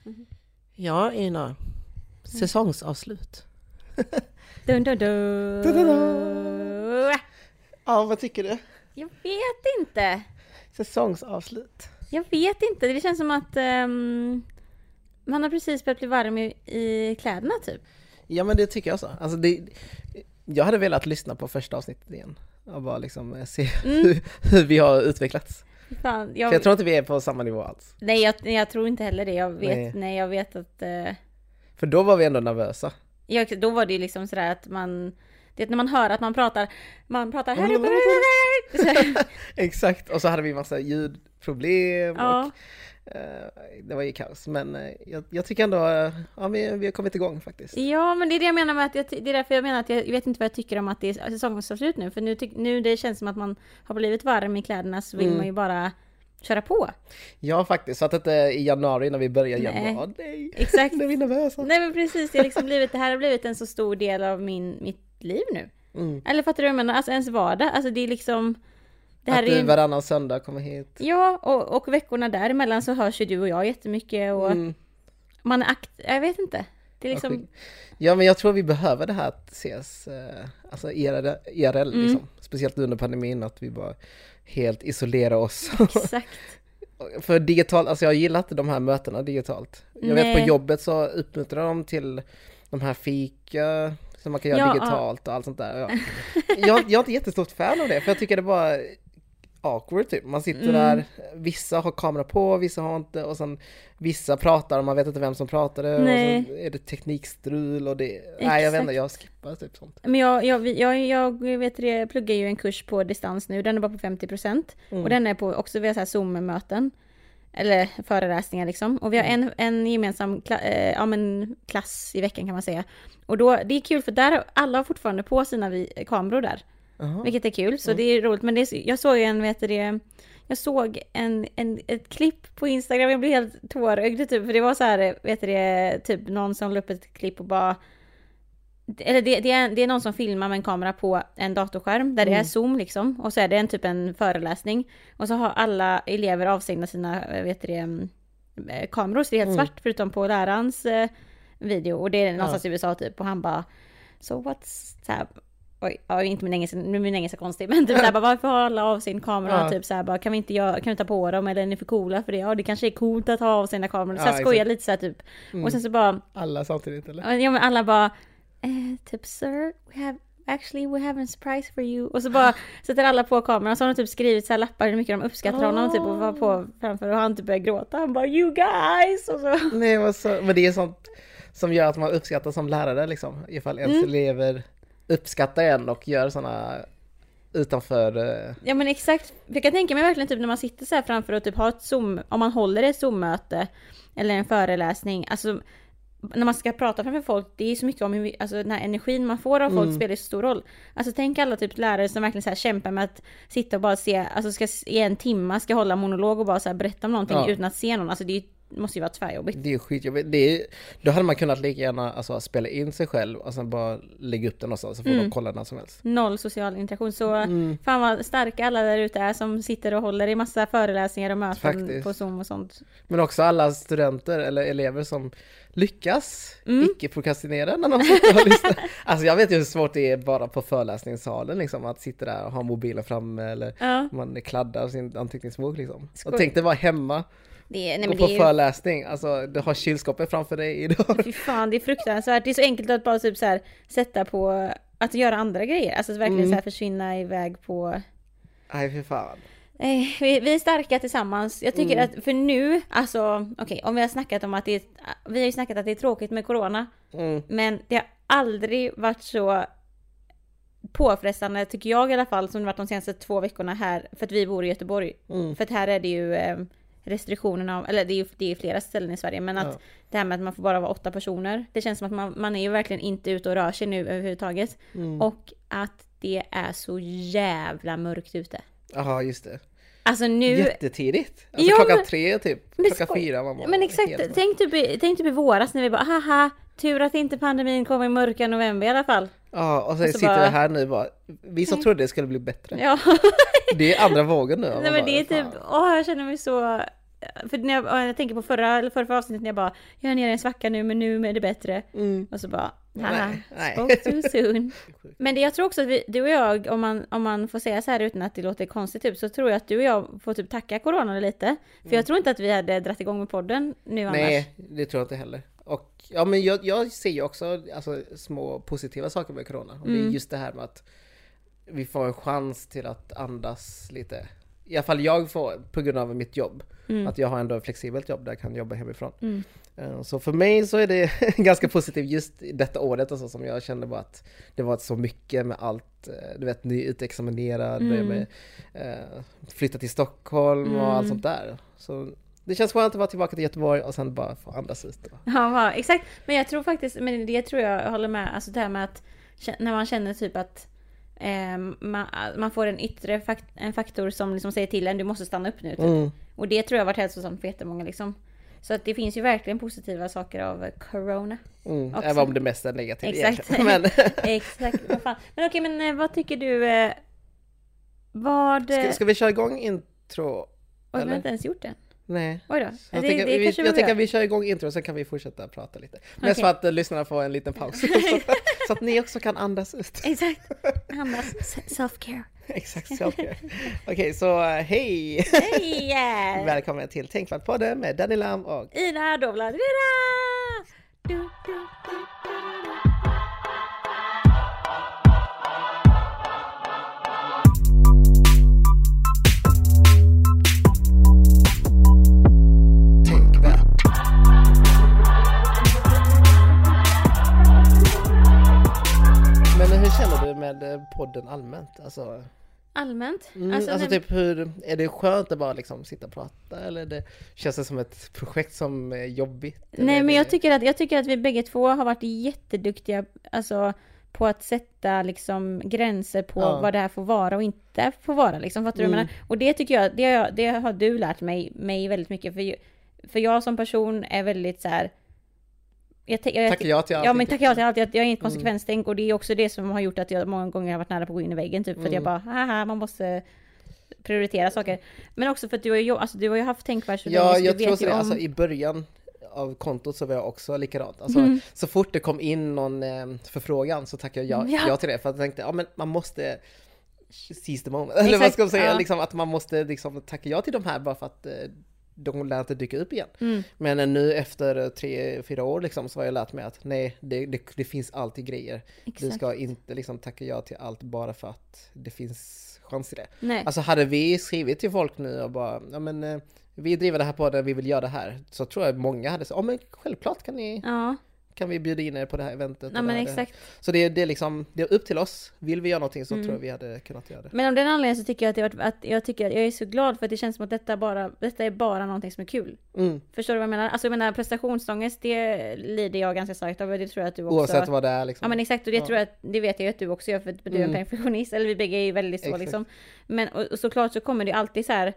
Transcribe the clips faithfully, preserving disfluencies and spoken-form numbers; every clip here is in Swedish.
Mm. Ja, Ina. Säsongsavslut. Dun, dun, dun. Ja, vad tycker du? Jag vet inte. Säsongsavslut. Jag vet inte. Det känns som att um, man har precis börjat bli varm i, i kläderna typ. Ja, men det tycker jag så. Alltså det, jag hade velat lyssna på första avsnittet igen. Och bara liksom se mm. hur, hur vi har utvecklats. Fan, jag... För jag tror inte vi är på samma nivå alls. Nej, jag, jag tror inte heller det. Jag vet, nej. Nej. jag vet att... Uh... För då var vi ändå nervösa. Ja, då var det ju liksom sådär att man... Det är när man hör att man pratar... Man pratar här uppe. Exakt, och så hade vi massa ljudproblem. Ja. Och, uh, det var ju kaos. Men uh, jag, jag tycker ändå uh, ja, vi, vi har kommit igång faktiskt. Ja, men det är det jag menar med att jag, det är därför jag menar att jag vet inte vad jag tycker om att det är säsongsavslut nu. För nu, ty, nu det känns som att man har blivit varm i kläderna, så vill mm. man ju bara köra på. Ja, faktiskt. Så att det är i januari när vi börjar igen. Nej. Bara, nej. Exakt. Nu är vi nervösa. Nej, men precis. Det, är liksom blivit, det här har blivit en så stor del av min, mitt liv nu. Mm. Eller fattar du vad jag menar? Alltså ens vardag. Alltså det är liksom... Det här att du är... varannan söndag kommer hit. Ja, och, och veckorna däremellan så hörs ju du och jag jättemycket. Och mm. man är akt... Jag vet inte. Det är liksom... Ja, men jag tror vi behöver det här att ses eh, alltså I R L mm. liksom. Speciellt under pandemin, att vi bara helt isolerar oss. Exakt. För digitalt, alltså jag gillar inte de här mötena digitalt. Jag Nej. vet på jobbet så uppmuntrar de till de här fika som man kan göra ja, digitalt ja. och allt sånt där. Ja. jag, jag är inte jättestort fan av det, för jag tycker det bara awkward typ. Man sitter mm. där, vissa har kamera på, vissa har inte, och sen vissa pratar och man vet inte vem som pratade. Nej. Och så är det teknikstrul och det, Exakt. nej jag vet inte, jag skippar typ sånt. Men jag, jag, jag, jag vet det, jag pluggar ju en kurs på distans nu, den är bara på femtio procent mm. och den är på också via så här Zoom-möten eller föreläsningar liksom, och vi har en, en gemensam kla, äh, ja, men klass i veckan kan man säga, och då, det är kul för där alla har fortfarande på sina vi, kameror där. Uh-huh. Vilket är kul, så mm. det är roligt. Men det är, jag såg en, vet det, jag såg en, en, ett klipp på Instagram, jag blev helt tårögd typ, för det var så här, vet det, typ någon som la upp ett klipp och bara, eller det, det, är, det är någon som filmar med en kamera på en datorskärm, där mm. det är Zoom liksom, och så är det en typ en föreläsning, och så har alla elever avstängda sina, vet det, kameror, så det är helt mm. svart, förutom på lärarens eh, video, och det är någonstans ja. i U S A typ, och han bara, so what's that? Oj, ja, inte min engelska, nu är min engelska konstig, men typ såhär bara, varför har alla av sin kamera? Ja. Typ såhär bara, kan vi inte göra, kan vi ta på dem, eller är ni för coola för det? Ja, det kanske är coolt att ha av sina kameror. Så ja, jag skojar lite såhär typ. Mm. Och sen så bara... Alla samtidigt, eller? Ja, men alla bara, eh, typ, sir, we have, actually, we have a surprise for you. Och så bara sätter alla på kameran, och så har de typ skrivit såhär lappar hur mycket de uppskattar oh. honom, typ, och var på framför, och han typ börjar gråta. Han bara, you guys! Och så. Nej, men, så, men det är sånt som gör att man uppskattar som lärare, liksom, ifall ens mm. elever uppskattar en och gör såna utanför... Uh... Ja, men exakt. Jag kan tänka mig verkligen typ när man sitter så här framför och typ har ett Zoom, om man håller ett Zoom-möte eller en föreläsning, alltså när man ska prata framför folk, det är så mycket om hur vi, alltså den här energin man får av folk mm. spelar så stor roll. Alltså tänk alla typ lärare som verkligen så här kämpar med att sitta och bara se, alltså ska i en timma ska hålla monolog och bara så här berätta om någonting ja. utan att se någon. Alltså det är måste ju vara tvärjobbigt. Det är skitjobbigt. Det är, då hade man kunnat lika gärna alltså, spela in sig själv och sen bara lägga upp den någonstans, så får mm. de kolla när som helst. Noll social interaktion. Så mm. fan vad starka alla där ute är som sitter och håller i massa föreläsningar och möten Faktiskt. på Zoom och sånt. Men också alla studenter eller elever som lyckas mm. icke prokrastinera när de sitter och lyssnar. Alltså jag vet ju hur svårt det är bara på föreläsningssalen liksom, att sitta där och ha mobilen framme eller ja. man kladdar sin anteckningsbok liksom. Skoj. Och tänk dig vara hemma Det är, nej, och men på det är föreläsning, alltså du har kylskåpet framför dig idag. Fy fan, det är fruktansvärt. Det är så enkelt att bara typ så här, sätta på att göra andra grejer. Alltså verkligen mm. så här försvinna iväg på... Nej, för fan. Eh, vi, vi är starka tillsammans. Jag tycker mm. att för nu, alltså okej, okay, om vi har snackat om att det är, vi har ju snackat att det är tråkigt med corona. Mm. Men det har aldrig varit så påfrestande, tycker jag i alla fall, som det varit de senaste två veckorna här, för att vi bor i Göteborg. Mm. För att här är det ju... Eh, restriktionerna, eller det är ju det är flera ställen i Sverige, men att ja. det här med att man får bara vara åtta personer, det känns som att man, man är ju verkligen inte ute och rör sig nu överhuvudtaget. Mm. Och att det är så jävla mörkt ute. Jaha, just det. Alltså nu... Jättetidigt. Alltså ja, klockan men... tre typ, klockan sko... fyra. Man men exakt, tänk typ, tänk typ i våras när vi bara, haha, tur att inte pandemin kom i mörka november i alla fall. Ja, och så, och så sitter bara... vi här nu bara, vi som trodde det skulle bli bättre. Ja. Det är andra vågen nu. Nej, men det är typ, åh, jag känner mig så för när jag, jag tänker på förra, eller förra, förra avsnittet när jag bara, jag är nere i en svacka nu, men nu är det bättre. Mm. Och så bara, haha, spoke too soon. Men det, jag tror också att vi, du och jag, om man, om man får säga så här utan att det låter konstigt typ, så tror jag att du och jag får typ tacka corona lite. För mm. jag tror inte att vi hade dratt igång med podden nu annars. Nej, det tror jag inte heller. Och ja, men jag, jag ser ju också alltså, små positiva saker med corona. Och mm. det är just det här med att vi får en chans till att andas lite. I alla fall jag får, på grund av mitt jobb. Mm. Att jag har ändå ett flexibelt jobb där jag kan jobba hemifrån. Mm. Så för mig så är det ganska positivt just detta året. Alltså, som jag kände bara att det var så mycket med allt. Du vet, nyutexaminerad, mm. med, eh, flytta till Stockholm mm. och allt sånt där. Så det känns skönt att vara tillbaka till Göteborg och sen bara få andas ut. Ja, exakt. Men jag tror faktiskt, men det tror jag håller med. Alltså det här med att när man känner typ att eh, man, man får en yttre fakt- en faktor som liksom säger till en, du måste stanna upp nu. Typ. Mm. Och det tror jag har varit hälsosamt för jättemånga liksom. Så att det finns ju verkligen positiva saker av corona. Mm, även om det mest är negativt. Exakt. Men, exakt. Vad fan. Men okej, men vad tycker du? Eh, vad... Ska, ska vi köra igång intro? Oj, jag har inte ens gjort det. Nej. Oj då. Jag det, tänker, det vi, jag tänker att vi kör igång intro, så kan vi fortsätta prata lite. Men okay. Så att uh, lyssnarna får en liten paus. så, så att ni också kan andas ut. Exakt. Andas. Self-care. Exakt, self-care. Okej, okay, så uh, hej! Hej! Yeah. Välkommen till Tänkvärt-podden med Danny Lam och Ina Dovla. Du, du, du. med podden allmänt? Alltså, allmänt? Mm, alltså, alltså typ hur, är det skönt att bara liksom sitta och prata, eller det, känns det som ett projekt som är jobbigt? Nej, men det... jag tycker att jag tycker att vi bägge två har varit jätteduktiga alltså, på att sätta liksom gränser på ja. vad det här får vara och inte får vara liksom, fattar du? Mm. Och det tycker jag, det har, det har du lärt mig, mig väldigt mycket, för, för jag som person är väldigt så här. Jag, jag, tackar jag till allt. Ja, men tackar jag till allt. Jag, jag är inget konsekvenstänk, mm. och det är också det som har gjort att jag många gånger har varit nära på att gå in i väggen typ, för mm. att jag bara, haha, man måste prioritera saker. Men också för att du har ju, alltså, du har ju haft tänkvärt så ja, länge, jag du tror vet så, ju om... alltså, i början av kontot så var jag också likadant. Alltså, mm. så fort det kom in någon eh, förfrågan så tackade jag ja. ja till det, för att jag tänkte, ja men man måste seize the moment. Exakt. Eller vad ska man säga, ja. liksom, att man måste liksom tacka ja till de här bara för att eh, de lär inte dyka upp igen. Mm. Men nu efter tre, fyra år liksom, så har jag lärt mig att nej, det, det, det finns alltid grejer. Exakt. Du ska inte liksom tacka ja till allt bara för att det finns chans till det. Nej. Alltså hade vi skrivit till folk nu och bara, ja men vi driver det här på det, vi vill göra det här, så tror jag många hade sagt, ja men självklart kan ni... Ja. Kan vi bjuda in er på det här eventet? Ja, men exakt. Så det är, det, är liksom, det är upp till oss. Vill vi göra någonting så mm. tror jag vi hade kunnat göra det. Men av den anledningen så tycker jag att, det varit, att jag tycker att jag är så glad, för att det känns som att detta, bara, detta är bara någonting som är kul. Mm. Förstår du vad jag menar? Alltså jag menar, prestationsångest, det lider jag ganska starkt av, och det tror jag att du också... Oavsett vad det är liksom. Ja men exakt, och det ja. tror jag att, det vet jag att du också gör, för att du är en mm. perfektionist, eller vi bägge är ju väldigt så exakt. liksom. Men och, och såklart så kommer det alltid så här.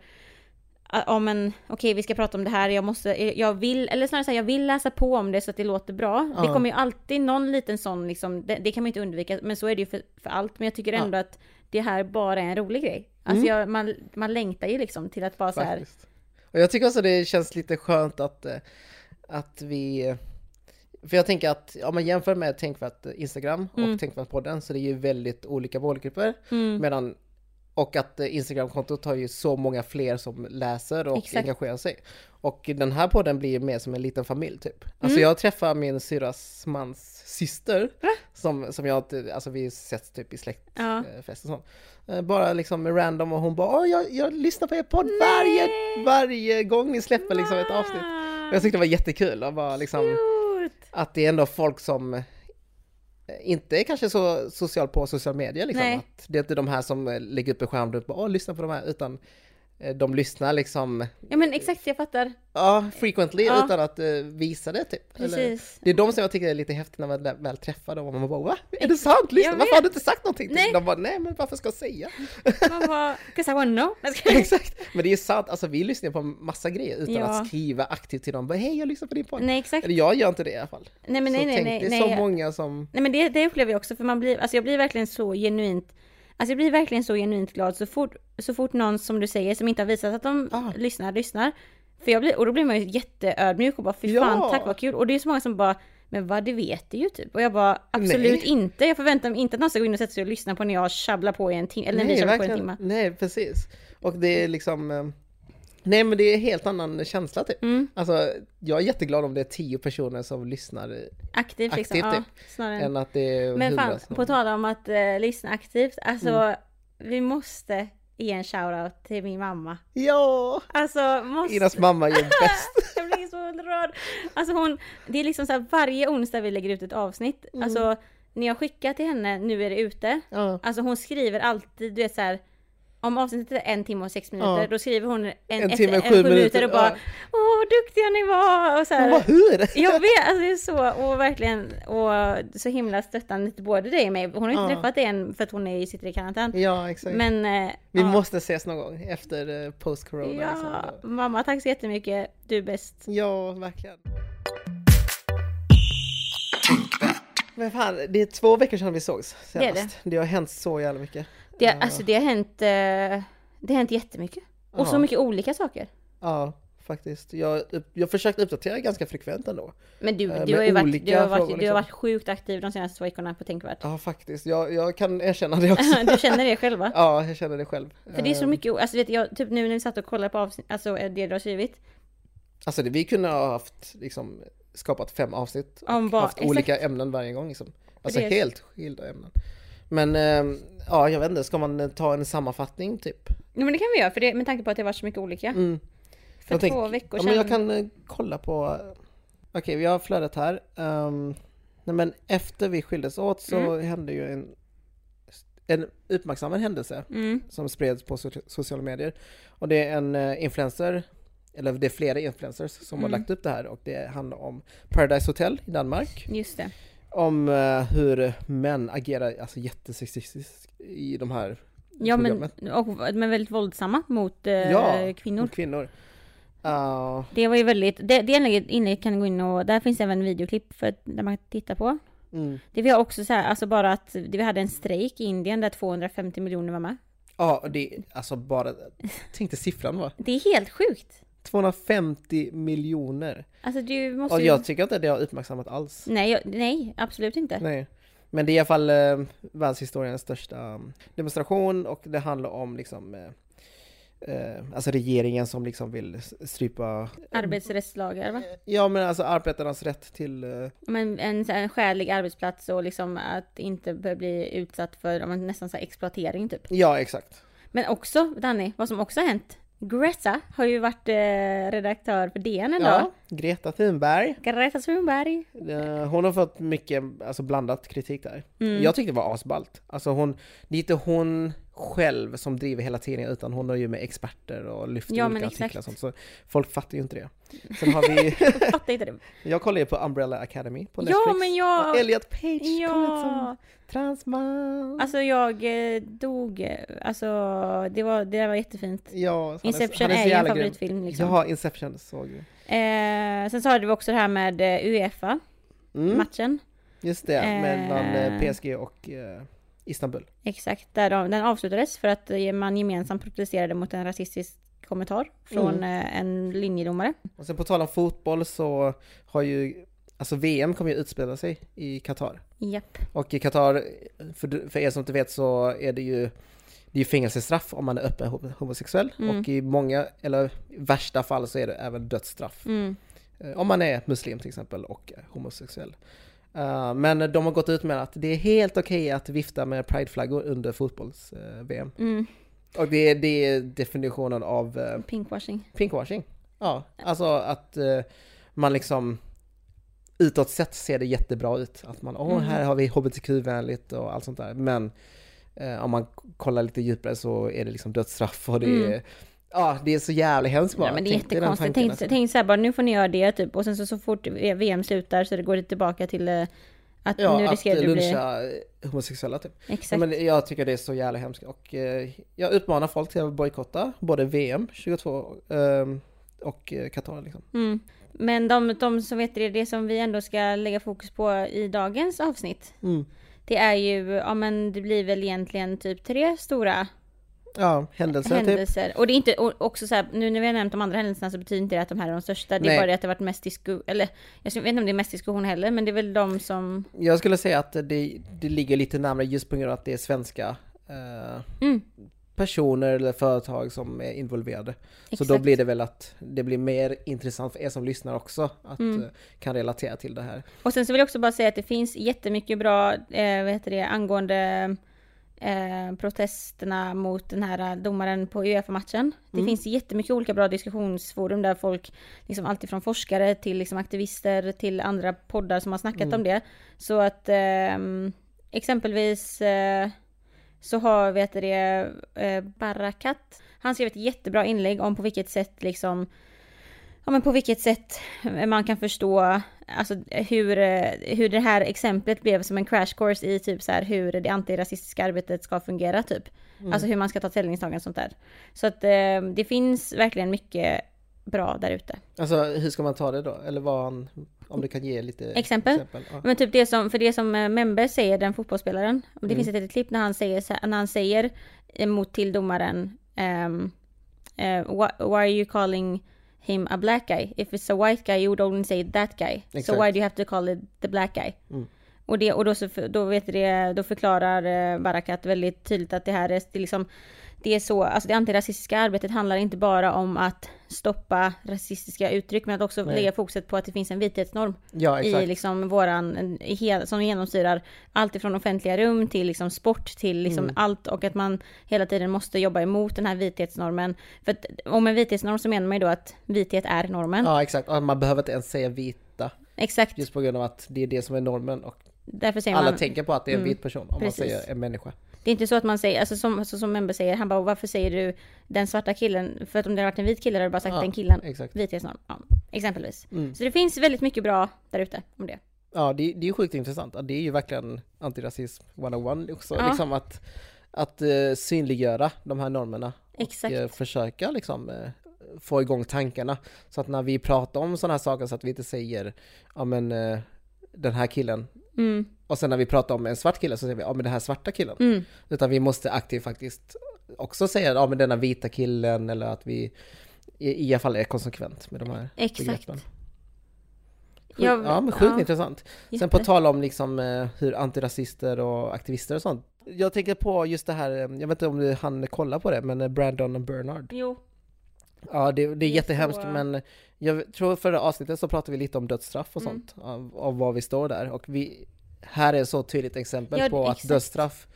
Ja men okej, okay, vi ska prata om det här, jag måste, jag vill, eller snarare säga, jag vill läsa på om det så att det låter bra. Ja. Det kommer ju alltid någon liten sån liksom, det, det kan man inte undvika, men så är det ju för, för allt. Men jag tycker ändå ja. att det här bara är en rolig grej. Alltså mm. jag, man, man längtar ju liksom till att bara så här. Och jag tycker också det känns lite skönt att, att vi, för jag tänker att, ja man jämför med Tänkvärt Instagram och mm. Tänkvärt-podden, så det är ju väldigt olika målgrupper, mm. medan och att Instagram-kontot har ju så många fler som läser och exakt. engagerar sig. Och den här podden blir mer som en liten familj typ. Alltså mm. jag träffar min syrras mans syster. Som, som jag, alltså vi sätts typ i släktfest ja. och sånt. Bara liksom random, och hon bara, Åh, jag, jag lyssnar på er podd varje, varje gång ni släpper liksom ett avsnitt. Och jag tyckte det var jättekul. Och bara liksom, att det är ändå folk som... inte är kanske så social på sociala medier liksom. Att det är inte de här som lägger upp en skärm och bara, åh, lyssna på de här, utan de lyssnar liksom... Ja men exakt, jag fattar. Ja, frequently, ja. utan att uh, visa det typ. Eller, det är de som jag tycker är lite häftigt när man väl träffar dem, och man bara, va? Är det sant? Lyssna, varför har du inte sagt någonting? Nej. De bara, nej men varför ska jag säga? Man bara, 'cause I wanna know. Exakt, men det är ju sant, alltså vi lyssnar på massa grejer utan ja. att skriva aktivt till dem, bara, hej jag lyssnar på din podd. Nej exakt. Eller jag gör inte det i alla fall. Nej men nej, så nej, tänk, nej. Det är nej, så nej. många som... Nej men det, det upplever jag också, för man blir, alltså jag blir verkligen så genuint Alltså jag blir verkligen så genuint glad så fort, så fort någon, som du säger, som inte har visat att de ah. lyssnar, lyssnar. För jag blir, och då blir man ju jätteödmjuk och bara, fy fan, ja. tack vad kul. Och det är så många som bara, men vad, det vet du ju typ. Och jag bara, absolut Nej. inte. Jag förväntar mig inte att någon ska gå in och sätta sig och lyssna på när jag tjabblar på i en timme. Eller när vi tjabblar på en timme. Nej, precis. Och det är liksom... Nej, men det är en helt annan känsla typ. Mm. Alltså, jag är jätteglad om det är tio personer som lyssnar aktivt, aktivt liksom. typ. Ja, än att det är men fan, på tal om att uh, lyssna aktivt. Alltså, mm. vi måste ge en shoutout till min mamma. Ja! Alltså, måste... Inas mamma är bäst. Jag blir så rörd. Alltså hon, det är liksom så här, varje onsdag vi lägger ut ett avsnitt. Mm. Alltså, när jag skickar till henne, nu är det ute. Ja. Alltså hon skriver alltid, du vet så här, om avsnittet är en timme och sex minuter, ja. då skriver hon en, en efter, timme och en, sju sju minuter, minuter och bara, ja. åh, duktiga ni var! Och så här, bara, hur? Jag vet, alltså det är så, och verkligen, och så himla stöttande till både dig och mig. Hon har inte ja. träffat dig än för att hon är, sitter i karantän. Ja, exakt. Men, eh, vi ja. måste ses någon gång efter eh, post-corona. Ja, liksom. Mamma, tack så jättemycket. Du är bäst. Ja, verkligen. Men fan, det är två veckor sedan vi sågs senast. Det, är det. det har hänt så jävla mycket. Det, uh. Alltså det har hänt, uh, det har hänt jättemycket. Och uh. så mycket olika saker. Ja, faktiskt. Jag har försökt uppdatera ganska frekvent ändå. Men du, du, har, ju varit, du, har, varit, frågor, du har varit sjukt aktiv de senaste två veckorna på Tänkvärt. Ja, faktiskt. Jag, jag kan erkänna det också. Du känner det själv, va? Ja, jag känner det själv. För det är så mycket, alltså vet jag, typ nu när vi satt och kollade på avsnitt, alltså det du har skrivit. Alltså det, vi kunde ha haft liksom skapat fem avsnitt och Om bara, haft exakt. olika ämnen varje gång liksom. Alltså helt skilda ämnen. Men äh, ja, jag vet inte, ska man ta en sammanfattning typ? Ja, men det kan vi göra, för det, med tanke på att det har varit så mycket olika. Mm. För jag två tänk, veckor ja, sedan. Men jag kan uh, kolla på, okej okay, vi har flödet här. Um, nej, men efter vi skildes åt så mm. hände ju en, en uppmärksammad händelse mm. som spreds på so- sociala medier. Och det är en uh, influencer, eller det är flera influencers som mm. har lagt upp det här, och det handlar om Paradise Hotel i Danmark. Just det. Om uh, hur män agerar alltså jättesexistiskt i de här ja, men, och, men väldigt våldsamma mot uh, ja, kvinnor. Mot kvinnor. Uh. Det var ju väldigt, det, det inlägget kan gå in och där finns även videoklipp för där man kan titta på. Mm. Det var också så här, alltså bara att vi hade en strejk i Indien där tvåhundrafemtio miljoner var med. Ja, det alltså bara, tänkte siffran va? Det är helt sjukt. tvåhundrafemtio miljoner. Alltså du måste och jag tycker inte att det har uppmärksammat alls. Nej, jag, nej, absolut inte. Nej. Men det är i alla fall eh, världshistoriens största demonstration, och det handlar om liksom eh, eh, alltså regeringen som liksom vill strypa arbetsrättslagar, va? Ja, men alltså arbetarnas rätt till eh, men en, en skälig arbetsplats, och liksom att inte bli utsatt för om nästan så här exploatering typ. Ja, exakt. Men också, Danny, vad som också har hänt, Greta har ju varit eh, redaktör för D N en ja, dag. Greta Thunberg. Greta Thunberg. Uh, hon har fått mycket alltså blandat kritik där. Mm. Jag tyckte det var asballt. Alltså hon, det är inte hon själv som driver hela tidningen, utan hon har ju med experter och lyfter ja, olika artiklar och sånt. Så folk fattar ju inte det. Sen har vi fattar inte det. Jag kollar ju på Umbrella Academy på Netflix. Ja, men jag... Och Elliot Page ja. kom ut som transman. Alltså jag eh, dog. Alltså det var, det var jättefint. Ja, Inception är, är ju en favoritfilm liksom. Ja, Inception såg jag. Eh, sen så hade vi också det här med UEFA mm. matchen. Just det, eh, mellan P S G och eh, Istanbul. Exakt, där de, den avslutades för att man gemensamt protesterade mot en rasistisk kommentar från mm. en linjedomare. Och sen på tal om fotboll så har ju, alltså V M kommer ju utspela sig i Qatar. Japp. Och i Qatar, för, för er som inte vet, så är det ju det är ju fängelsestraff om man är öppen homosexuell. Mm. Och i många, eller i värsta fall så är det även dödsstraff. Mm. Om man är muslim till exempel och homosexuell. Uh, men de har gått ut med att det är helt okej okay att vifta med prideflaggor under fotbolls-V M. Uh, mm. Och det är, det är definitionen av... Uh, pinkwashing. Pinkwashing, ja. Alltså att uh, man liksom utåt sett ser det jättebra ut. Att man, åh, oh, här har vi H B T Q-vänligt och allt sånt där. Men uh, om man kollar lite djupare så är det liksom dödsstraff och det är... Mm. Ja, det är så jävla hemskt bara. Ja, men det är jättekonstigt. Tänk, alltså. tänk så här bara, nu får ni göra det typ. Och sen så, så fort V M slutar så det går det tillbaka till uh, att ja, nu riskerar det bli... luncha homosexuella typ. Exakt. Ja, men jag tycker det är så jävla hemskt. Och uh, jag uppmanar folk till att bojkotta både V M tjugotvå uh, och uh, Qatar liksom. Mm. Men de, de som vet det, det som vi ändå ska lägga fokus på i dagens avsnitt. Mm. Det är ju, ja men det blir väl egentligen typ tre stora Ja, händelser, händelser. Typ. Och det är inte, och också så här, nu när vi har nämnt de andra händelserna så betyder inte det att de här är de största. Det är Nej. bara det att det har varit mest diskussion, eller jag vet inte om det är mest diskussion heller, men det är väl de som... Jag skulle säga att det, det ligger lite närmare just på grund av att det är svenska eh, mm. personer eller företag som är involverade. Exakt. Så då blir det väl att det blir mer intressant för er som lyssnar också att mm. uh, kan relatera till det här. Och sen så vill jag också bara säga att det finns jättemycket bra eh, vad heter det, angående eh, protesterna mot den här domaren på UEFA-matchen. Det mm. finns jättemycket olika bra diskussionsforum där folk, liksom alltid från forskare till liksom aktivister till andra poddar som har snackat mm. om det. Så att eh, exempelvis eh, så har, vet det, eh, Barakat. Han skrev ett jättebra inlägg om på vilket sätt liksom, ja men på vilket sätt man kan förstå alltså hur, hur det här exemplet blev som en crash course i typ så här hur det antirasistiska arbetet ska fungera typ. Mm. Alltså hur man ska ta ställningstagande och sånt där. Så att eh, det finns verkligen mycket bra där ute. Alltså hur ska man ta det då? Eller vad han, om du kan ge lite exempel. exempel. Ja. Men typ det som, för det som Member säger, den fotbollsspelaren. Det mm. finns ett litet klipp när han säger, så här, när han säger emot till domaren um, uh, why, why are you calling him a black guy? If it's a white guy you would only say that guy. Exakt. So why do you have to call it the black guy? Mm. Och, det, och då, så, då, vet det, då förklarar uh, Barakat väldigt tydligt att det här är det liksom det är så, alltså det antirasistiska arbetet handlar inte bara om att stoppa rasistiska uttryck, men att också Nej. lägga fokuset på att det finns en vithetsnorm ja, i liksom våran, som genomsyrar allt ifrån offentliga rum till liksom sport till liksom mm. allt, och att man hela tiden måste jobba emot den här vithetsnormen. För att om en vithetsnorm så menar man ju då att vithet är normen. Ja, exakt. Och man behöver inte ens säga vita. Exakt. Just på grund av att det är det som är normen, och därför säger alla man, tänker på att det är en mm, vit person om precis. Man säger en människa. Det är inte så att man säger, alltså som, alltså som Member säger, han bara, varför säger du den svarta killen? För att om det hade varit en vit kille hade du bara sagt ja, den killen. Exakt. Vithetsnorm, ja, exempelvis. Mm. Så det finns väldigt mycket bra där ute om det. Ja, det, det är ju sjukt intressant. Det är ju verkligen antirasism etthundraett också. Ja. Liksom att, att uh, synliggöra de här normerna. Exakt. Och uh, försöka liksom uh, få igång tankarna. Så att när vi pratar om sådana här saker så att vi inte säger, ja men uh, den här killen. Mm. Och sen när vi pratar om en svart kille så säger vi, ja men den här svarta killen. Mm. Utan vi måste aktivt faktiskt också säga, ja men denna vita killen, eller att vi i, i alla fall är konsekvent med de här Exakt. begreppen. Sjuk, jag, ja men sjukt ja. intressant. Jätte. Sen på tal om liksom hur antirasister och aktivister och sånt. Jag tänker på just det här, jag vet inte om du hann kolla på det, men Brandon och Bernard. Jo. Ja, det, det är, det är jättehemskt, så... men jag tror förra avsnittet så pratade vi lite om dödsstraff och mm. sånt, av, av vad vi står där. Och vi, här är ett så tydligt exempel ja, på exakt. att dödsstraff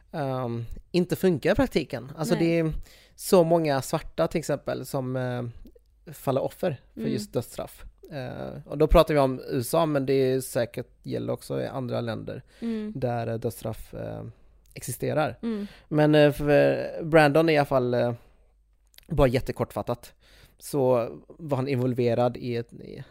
um, inte funkar i praktiken. Alltså Nej. det är så många svarta till exempel som uh, faller offer för mm. just dödsstraff. Uh, och då pratar vi om U S A, men det är säkert gäller också i andra länder mm. där uh, dödsstraff uh, existerar. Mm. Men uh, för Brandon är i alla fall uh, bara jättekortfattat, så var han involverad i ett i,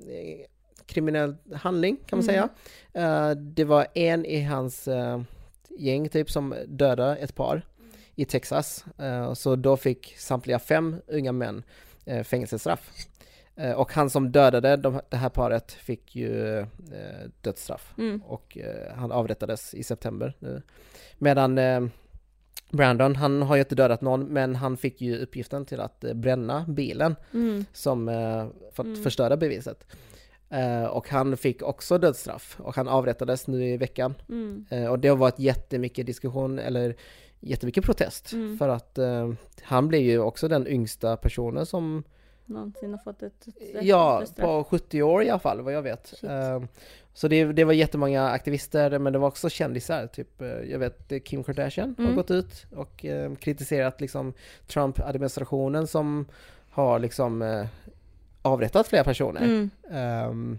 i kriminell handling kan man mm. säga. Uh, det var en i hans uh, gäng typ som dödade ett par i Texas. Uh, så då fick samtliga fem unga män uh, fängelsestraff. Uh, och han som dödade de, det här paret fick ju uh, dödsstraff. Mm. Och uh, han avrättades i september nu. Medan uh, Brandon, han har ju inte dödat någon, men han fick ju uppgiften till att uh, bränna bilen mm. som uh, för att mm. förstöra beviset. Uh, och han fick också dödsstraff och han avrättades nu i veckan. Mm. Uh, och det har varit jättemycket diskussion eller jättemycket protest mm. för att uh, han blev ju också den yngsta personen som någonsin har fått ett ja, på sjuttio år i alla fall, vad jag vet. Uh, så det, det var jättemånga aktivister, men det var också kändisar. Typ, uh, jag vet Kim Kardashian mm. har gått ut och uh, kritiserat liksom Trump-administrationen som har liksom uh, avrättat flera personer. Mm. Um,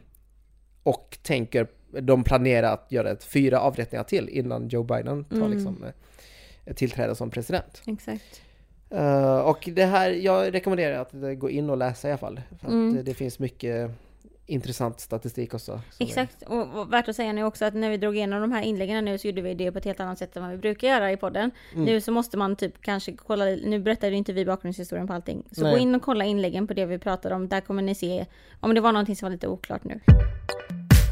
och tänker, de planerar att göra ett, fyra avrättningar till innan Joe Biden tar mm. liksom, uh, tillträde som president. Exakt. Uh, och det här, jag rekommenderar att gå in och läsa i alla fall. För mm. att det, det finns mycket intressant statistik också. Exakt, är... och, och värt att säga nu också att när vi drog igenom de här inläggen nu så gjorde vi det på ett helt annat sätt än vad vi brukar göra i podden. Mm. Nu så måste man typ kanske kolla, nu berättar inte vi bakgrundshistorien på allting. Så Nej. gå in och kolla inläggen på det vi pratade om. Där kommer ni se om det var någonting som var lite oklart nu.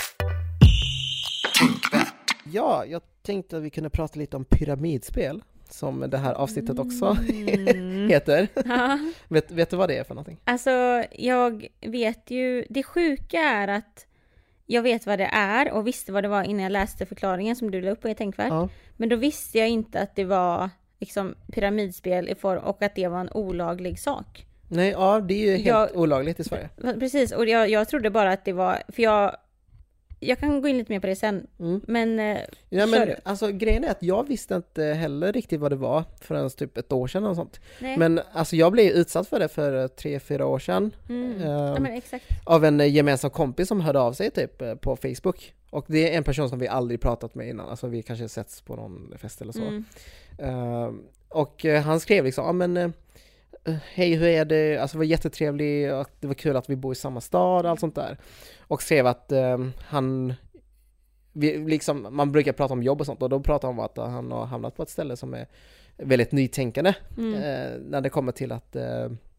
Ja, jag tänkte att vi kunde prata lite om pyramidspel. som det här avsnittet också Mm. heter. Ja. vet, vet du vad det är för någonting? Alltså, jag vet ju, det sjuka är att jag vet vad det är och visste vad det var innan jag läste förklaringen som du la upp på i Tänkvärt. Ja. Men då visste jag inte att det var liksom pyramidspel i form och att det var en olaglig sak. Nej, ja, det är ju helt Jag- olagligt i Sverige. Precis, och jag, jag trodde bara att det var, för jag, jag kan gå in lite mer på det sen, Mm. men, eh, Ja, kör men du. alltså grejen är att jag visste inte heller riktigt vad det var förrän typ ett år sedan och sånt. Nej. Men alltså jag blev utsatt för det för eh, tre, fyra år sedan. Mm. eh, Ja, men exakt. Av en eh, gemensam kompis som hörde av sig typ eh, på Facebook. Och det är en person som vi aldrig pratat med innan. Alltså vi kanske setts på någon fest eller så. Mm. Eh, och eh, han skrev liksom, ja men eh, hej, hur är det? Alltså det var jättetrevligt och det var kul att vi bor i samma stad och allt sånt där. Och skrev att eh, han vi, liksom, man brukar prata om jobb och sånt och då pratar han om att han har hamnat på ett ställe som är väldigt nytänkande Mm. eh, när det kommer till att eh,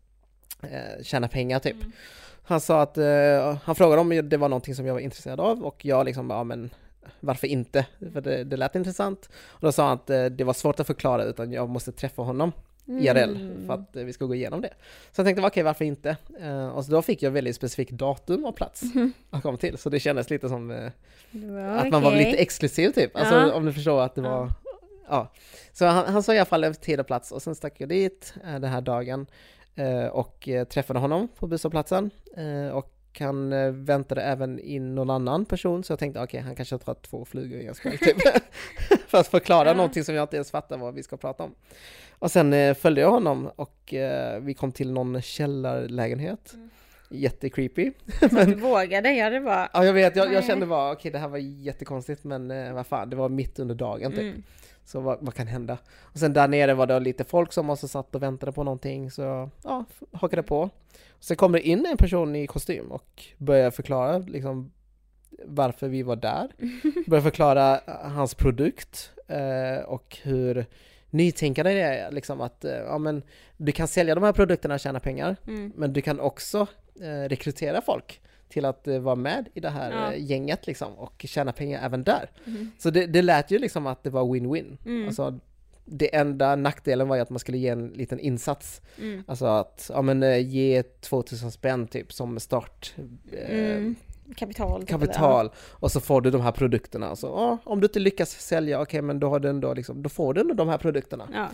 eh, tjäna pengar typ. Mm. Han sa att, eh, han frågade om det var någonting som jag var intresserad av och jag liksom, ja men varför inte? För det, det lät intressant. Och då sa han att eh, det var svårt att förklara utan jag måste träffa honom I R L Mm. för att eh, vi ska gå igenom det. Så jag tänkte, okej, varför inte? Eh, och så då fick jag väldigt specifikt datum och plats att komma till. Så det kändes lite som eh, Det var att man var okej. lite exklusiv typ. Alltså Ja. om du förstår att det Ja. var... Ja. Så han, han sa i alla fall tid och plats och sen stack jag dit eh, den här dagen eh, och eh, träffade honom på busshållplatsen. Eh, och han eh, väntade även in någon annan person så jag tänkte, okej, han kanske har två flugor i en smäll typ. För att förklara Ja. någonting som jag inte ens fattar vad vi ska prata om. Och sen eh, följde jag honom och eh, vi kom till någon källarlägenhet. Mm. Jättecreepy. Så att du vågade, ja det var... Ja, jag vet, jag, jag Nej. kände bara, okej, det här var jättekonstigt, men eh, vad fan, det var mitt under dagen typ. Mm. Så vad, vad kan hända? Och sen där nere var det lite folk som också satt och väntade på någonting, så ja, f- hakade på. Sen kommer det in en person i kostym och börjar förklara liksom varför vi var där. Börjar förklara hans produkt eh, och hur nytänkande det är, liksom att eh, ja, men du kan sälja de här produkterna och tjäna pengar, Mm. men du kan också eh, rekrytera folk till att eh, vara med i det här Ja. eh, gänget liksom, och tjäna pengar även där. Mm. Så det, det lät ju liksom att det var win-win. Mm. Alltså, det enda nackdelen var ju att man skulle ge en liten insats. Mm. Alltså att ja, men, eh, ge tvåtusen spänn typ som start eh, Mm. Kapital. typ, kapital och så får du de här produkterna. Så, ja, om du inte lyckas sälja, okej, men då, har du ändå, liksom, då får du ändå de här produkterna. Ja.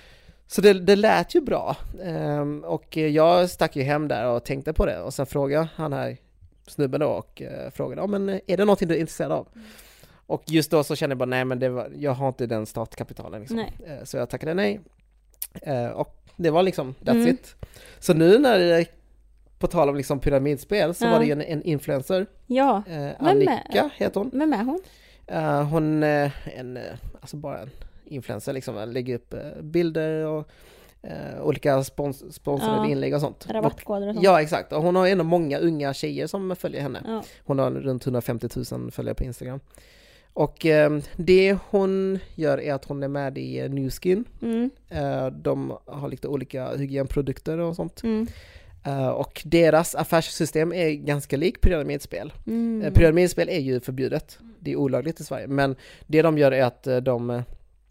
Så det, det lät ju bra. Ehm, och jag stack ju hem där och tänkte på det. Och sen frågade han här snubben då och uh, frågade, ja, men är det någonting du är intresserad av? Mm. Och just då så kände jag bara, nej men det var, jag har inte den startkapitalen liksom. Nej. Eh, så jag tackade nej. Eh, och det var liksom, that's Mm. it. Så nu när det, på tal om liksom pyramidspel, så Ja. var det ju en, en influencer, Ja. eh, Vem är- Annika heter hon. Vem är hon? Eh, hon är en, eh, alltså bara en influencer liksom, lägger upp eh, bilder och eh, olika spons- sponsrade Ja. inlägg och sånt. Rabattkoder och sånt. Ja, exakt. Och hon har ändå många unga tjejer som följer henne. Ja. Hon har runt hundrafemtio tusen följare på Instagram. Och eh, det hon gör är att hon är med i eh, Nu Skin. Mm. Eh, de har lite olika hygienprodukter och sånt. Mm. Eh, och deras affärssystem är ganska lik pyramidspel. Mm. Eh, pyramidspel är ju förbjudet. Det är olagligt i Sverige. Men det de gör är att eh, de, eh,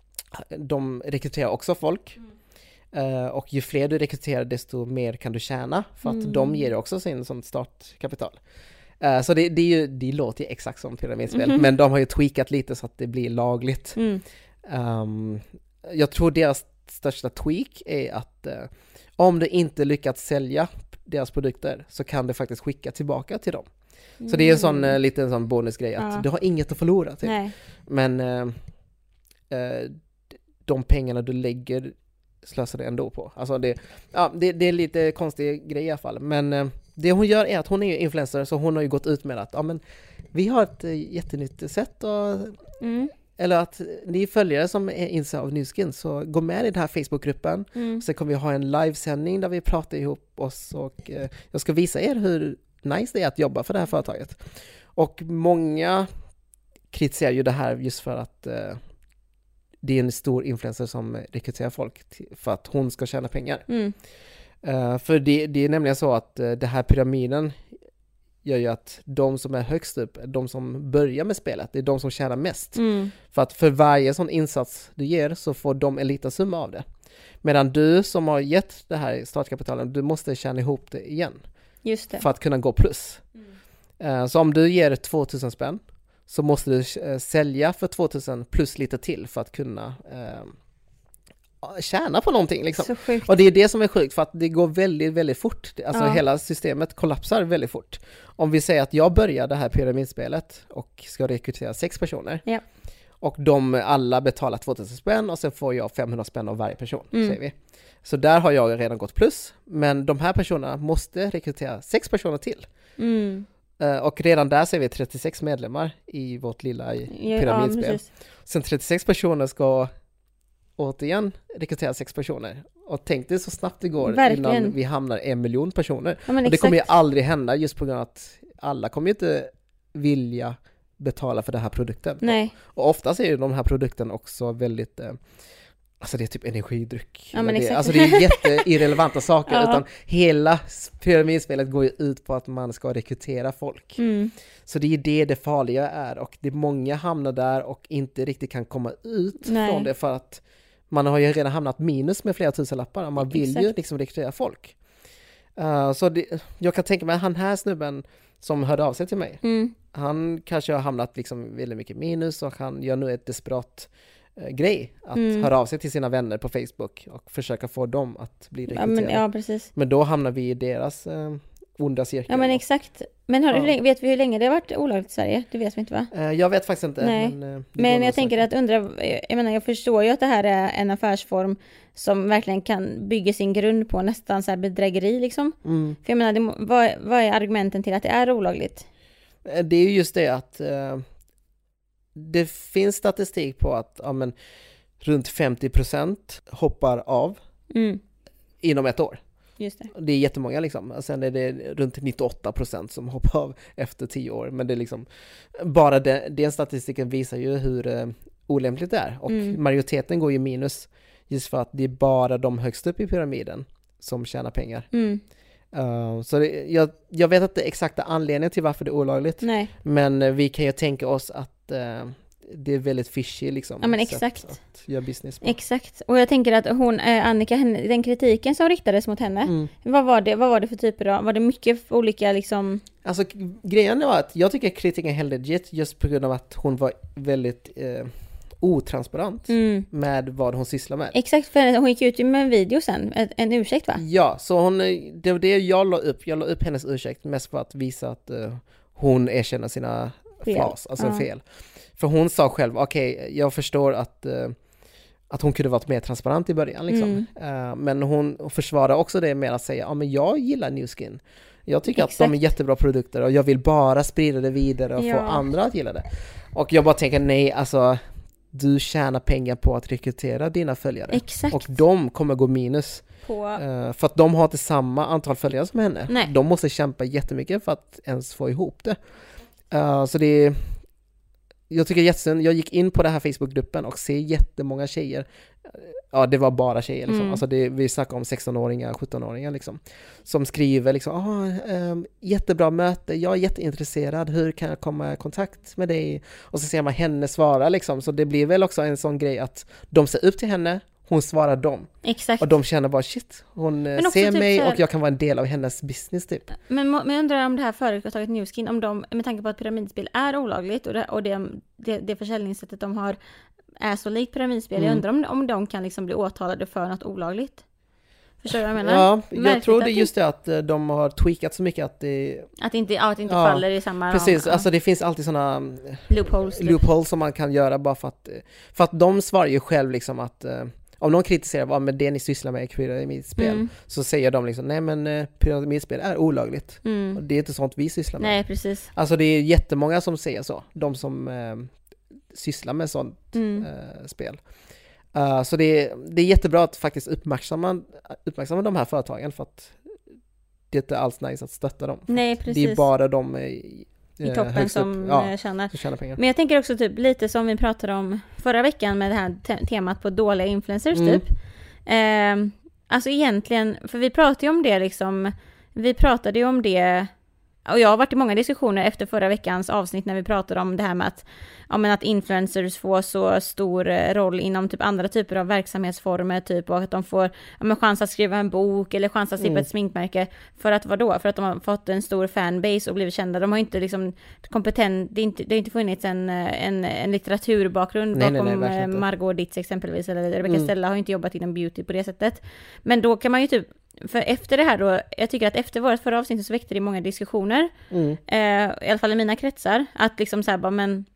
de rekryterar också folk. Uh, och ju fler du rekryterar desto mer kan du tjäna för att Mm. de ger också sin sånt startkapital. Uh, så det, det, är ju, det låter ju exakt som pyramidspel, Mhm. men de har ju tweakat lite så att det blir lagligt. Mm. Um, jag tror deras största tweak är att uh, om du inte lyckats sälja deras produkter så kan du faktiskt skicka tillbaka till dem. Så det är en sån uh, liten sån bonusgrej att Ja. du har inget att förlora typ. Nej. Men uh, uh, de pengarna du lägger slösar det ändå på. Alltså det, ja, det, det är lite konstig grej i alla fall. Men eh, det hon gör är att hon är ju influencer, så hon har ju gått ut med att ja, men vi har ett eh, jättenytt sätt och, Mm. eller att ni följare som är insatta av Nu Skin, så gå med i den här Facebookgruppen. Mm. Så kommer vi ha en livesändning där vi pratar ihop oss och eh, jag ska visa er hur nice det är att jobba för det här företaget. Och många kritiserar ju det här just för att eh, det är en stor influencer som rekryterar folk till, för att hon ska tjäna pengar. Mm. Uh, för det, det är nämligen så att uh, det här pyramiden gör ju att de som är högst upp, de som börjar med spelet, det är de som tjänar mest. Mm. För att för varje sån insats du ger så får de en liten summa av det. Medan du som har gett det här startkapitalet, du måste tjäna ihop det igen. Just det. För att kunna gå plus. Mm. Uh, så om du ger tvåtusen spänn så måste du uh, sälja för tvåtusen plus lite till för att kunna uh, tjäna på någonting liksom. Så sjukt. Och det är det som är sjukt, för att det går väldigt, väldigt fort. Alltså Ja. hela systemet kollapsar väldigt fort. Om vi säger att jag börjar det här pyramidspelet och ska rekrytera sex personer. Ja. Och de alla betalar tvåtusen spänn och sen får jag femhundra spänn av varje person, Mm. säger vi. Så där har jag redan gått plus. Men de här personerna måste rekrytera sex personer till. Mm. Uh, och redan där ser vi trettiosex medlemmar i vårt lilla Ja, pyramidspel. ja, Sen trettiosex personer ska återigen rekrytera sex personer. Och tänk dig så snabbt det går Verkligen. innan vi hamnar en miljon personer. Ja, men och det kommer ju exakt. aldrig hända, just på grund av att alla kommer ju inte vilja betala för den här produkten. Nej. Och oftast är ju de här produkten också väldigt, eh, alltså det är typ energidryck. Ja, men det, exakt. alltså det är jätteirrelevanta saker, Ja. utan hela pyramidspelet går ju ut på att man ska rekrytera folk. Mm. Så det är det det farliga är, och det är många hamnar där och inte riktigt kan komma ut Nej. från det, för att man har ju redan hamnat minus med flera tusen lappar och man vill ju Exakt. liksom rekrytera folk. Uh, så det, jag kan tänka mig han här snubben som hörde av sig till mig, Mm. han kanske har hamnat liksom väldigt mycket minus och han gör nu ett desperat eh, grej att Mm. höra av sig till sina vänner på Facebook och försöka få dem att bli Ja, rekryterade. men, ja, precis. Men då hamnar vi i deras eh, onda cirkel. Ja, men exakt. Men har, Ja. hur länge, vet vi hur länge det har varit olagligt i Sverige? Det vet vi inte, va? Eh, jag vet faktiskt inte. Nej. Men, eh, det går Men nog jag tänker säkert. att undra, jag menar jag förstår ju att det här är en affärsform som verkligen kan bygga sin grund på nästan så här bedrägeri liksom. Mm. För jag menar, det, må- vad, vad är argumenten till att det är olagligt? Eh, Det är ju just det att eh, det finns statistik på att ja, men, runt femtio procent hoppar av Mm, inom ett år. just det. Det är jättemånga liksom. Sen är det runt nittioåtta procent som hoppar av efter tio år. Men det är liksom, bara det, den statistiken visar ju hur eh, olämpligt det är. Och Mm. majoriteten går ju minus just för att det är bara de högst upp i pyramiden som tjänar pengar. Mm, Uh, så det, jag, jag vet inte exakta anledningen till varför det är olagligt. nej. Men eh, vi kan ju tänka oss att eh, det är väldigt fishy liksom. Ja, men sätt exakt. Att göra business på. Exakt. Och jag tänker att hon, eh, Annika, henne, den kritiken som riktades mot henne, Mm. vad var det, vad var det för typer av, var det mycket olika liksom, Alltså k- grejen var att jag tycker kritiken är helt legit just på grund av att hon var väldigt eh, otransparent mm. med vad hon sysslar med. Exakt, för hon gick ut med en video sen, en, en ursäkt, va? Ja, så hon, eh, det var det jag la upp. Jag la upp hennes ursäkt mest för att visa att eh, hon erkänner sina Fel. flas, alltså Ja. fel. För hon sa själv, okej, jag förstår att eh, att hon kunde varit mer transparent i början liksom. Mm. Eh, men hon försvarar också det med att säga, ja men jag gillar Nu Skin. Jag tycker Exakt. att de är jättebra produkter och jag vill bara sprida det vidare och Ja. få andra att gilla det. Och jag bara tänker, nej alltså, du tjänar pengar på att rekrytera dina följare. Exakt. Och de kommer gå minus. På, Eh, för att de har inte samma antal följare som henne. Nej. De måste kämpa jättemycket för att ens få ihop det. Eh, så det är, jag tycker jättesynd. Jag gick in på den här Facebookgruppen och ser jättemånga tjejer. Ja, det var bara tjejer liksom. Mm. Alltså det, vi snackar om sexton-åringar, sjutton-åringar liksom. Som skriver liksom, ah, ehm, jättebra möte, jag är jätteintresserad, hur kan jag komma i kontakt med dig? Och så ser man henne svara liksom. Så det blir väl också en sån grej att de ser upp till henne, hon svarar dem. exakt. Och de känner bara shit, hon eh, Men också ser typ mig så här- och jag kan vara en del av hennes business typ. Men, må- men jag undrar om det här företaget Nu Skin, om de, med tanke på att pyramidspel är olagligt och det, och det, det, det försäljningssättet de har är så likt pyramidspel, Mm. jag undrar om, om de kan liksom bli åtalade för något olagligt. Förstår du vad jag menar? Ja, jag Märkligt tror att det är just det att eh, de har tweakat så mycket att det, Att det inte, ja, att det inte Ja, faller i samma precis, ja, alltså det finns alltid sådana loopholes. typ. loopholes som man kan göra bara för att, eh, för att de svarar ju själv liksom att eh, om någon kritiserar vad med det ni sysslar med i pyramidspel, Mm. så säger de liksom, nej men eh, pyramidspel är olagligt. Och Mm. det är inte sånt vi sysslar med. Nej, precis. Alltså det är jättemånga som säger så, de som eh, sysslar med sånt Mm. eh, spel. Uh, så det är, det är jättebra att faktiskt uppmärksamma, uppmärksamma de här företagen, för att det är inte alls nice att stötta dem. Nej, precis. Det är bara de i, I toppen som ja, eh, tjänar. som tjänar pengar. Men jag tänker också typ lite som vi pratade om förra veckan med det här te- temat på dåliga influencers Mm. typ. Eh, alltså egentligen, för vi pratade ju om det liksom, vi pratade ju om det och jag har varit i många diskussioner efter förra veckans avsnitt när vi pratade om det här med att, ja, men att influencers får så stor roll inom typ andra typer av verksamhetsformer typ, och att de får, ja, men chans att skriva en bok eller chans att slippa mm. ett sminkmärke för att vadå? För att de har fått en stor fanbase och blivit kända. De har inte liksom kompetent, det är inte, det har inte funnits en, en, en litteraturbakgrund nej, bakom nej, nej, Margot Ditz exempelvis, eller Rebecca mm. Stella har inte jobbat inom beauty på det sättet. Men då kan man ju typ, för efter det här då, jag tycker att efter vårt förra avsnitt så väckte det många diskussioner, mm. eh, i alla fall i mina kretsar, att liksom så här bara, men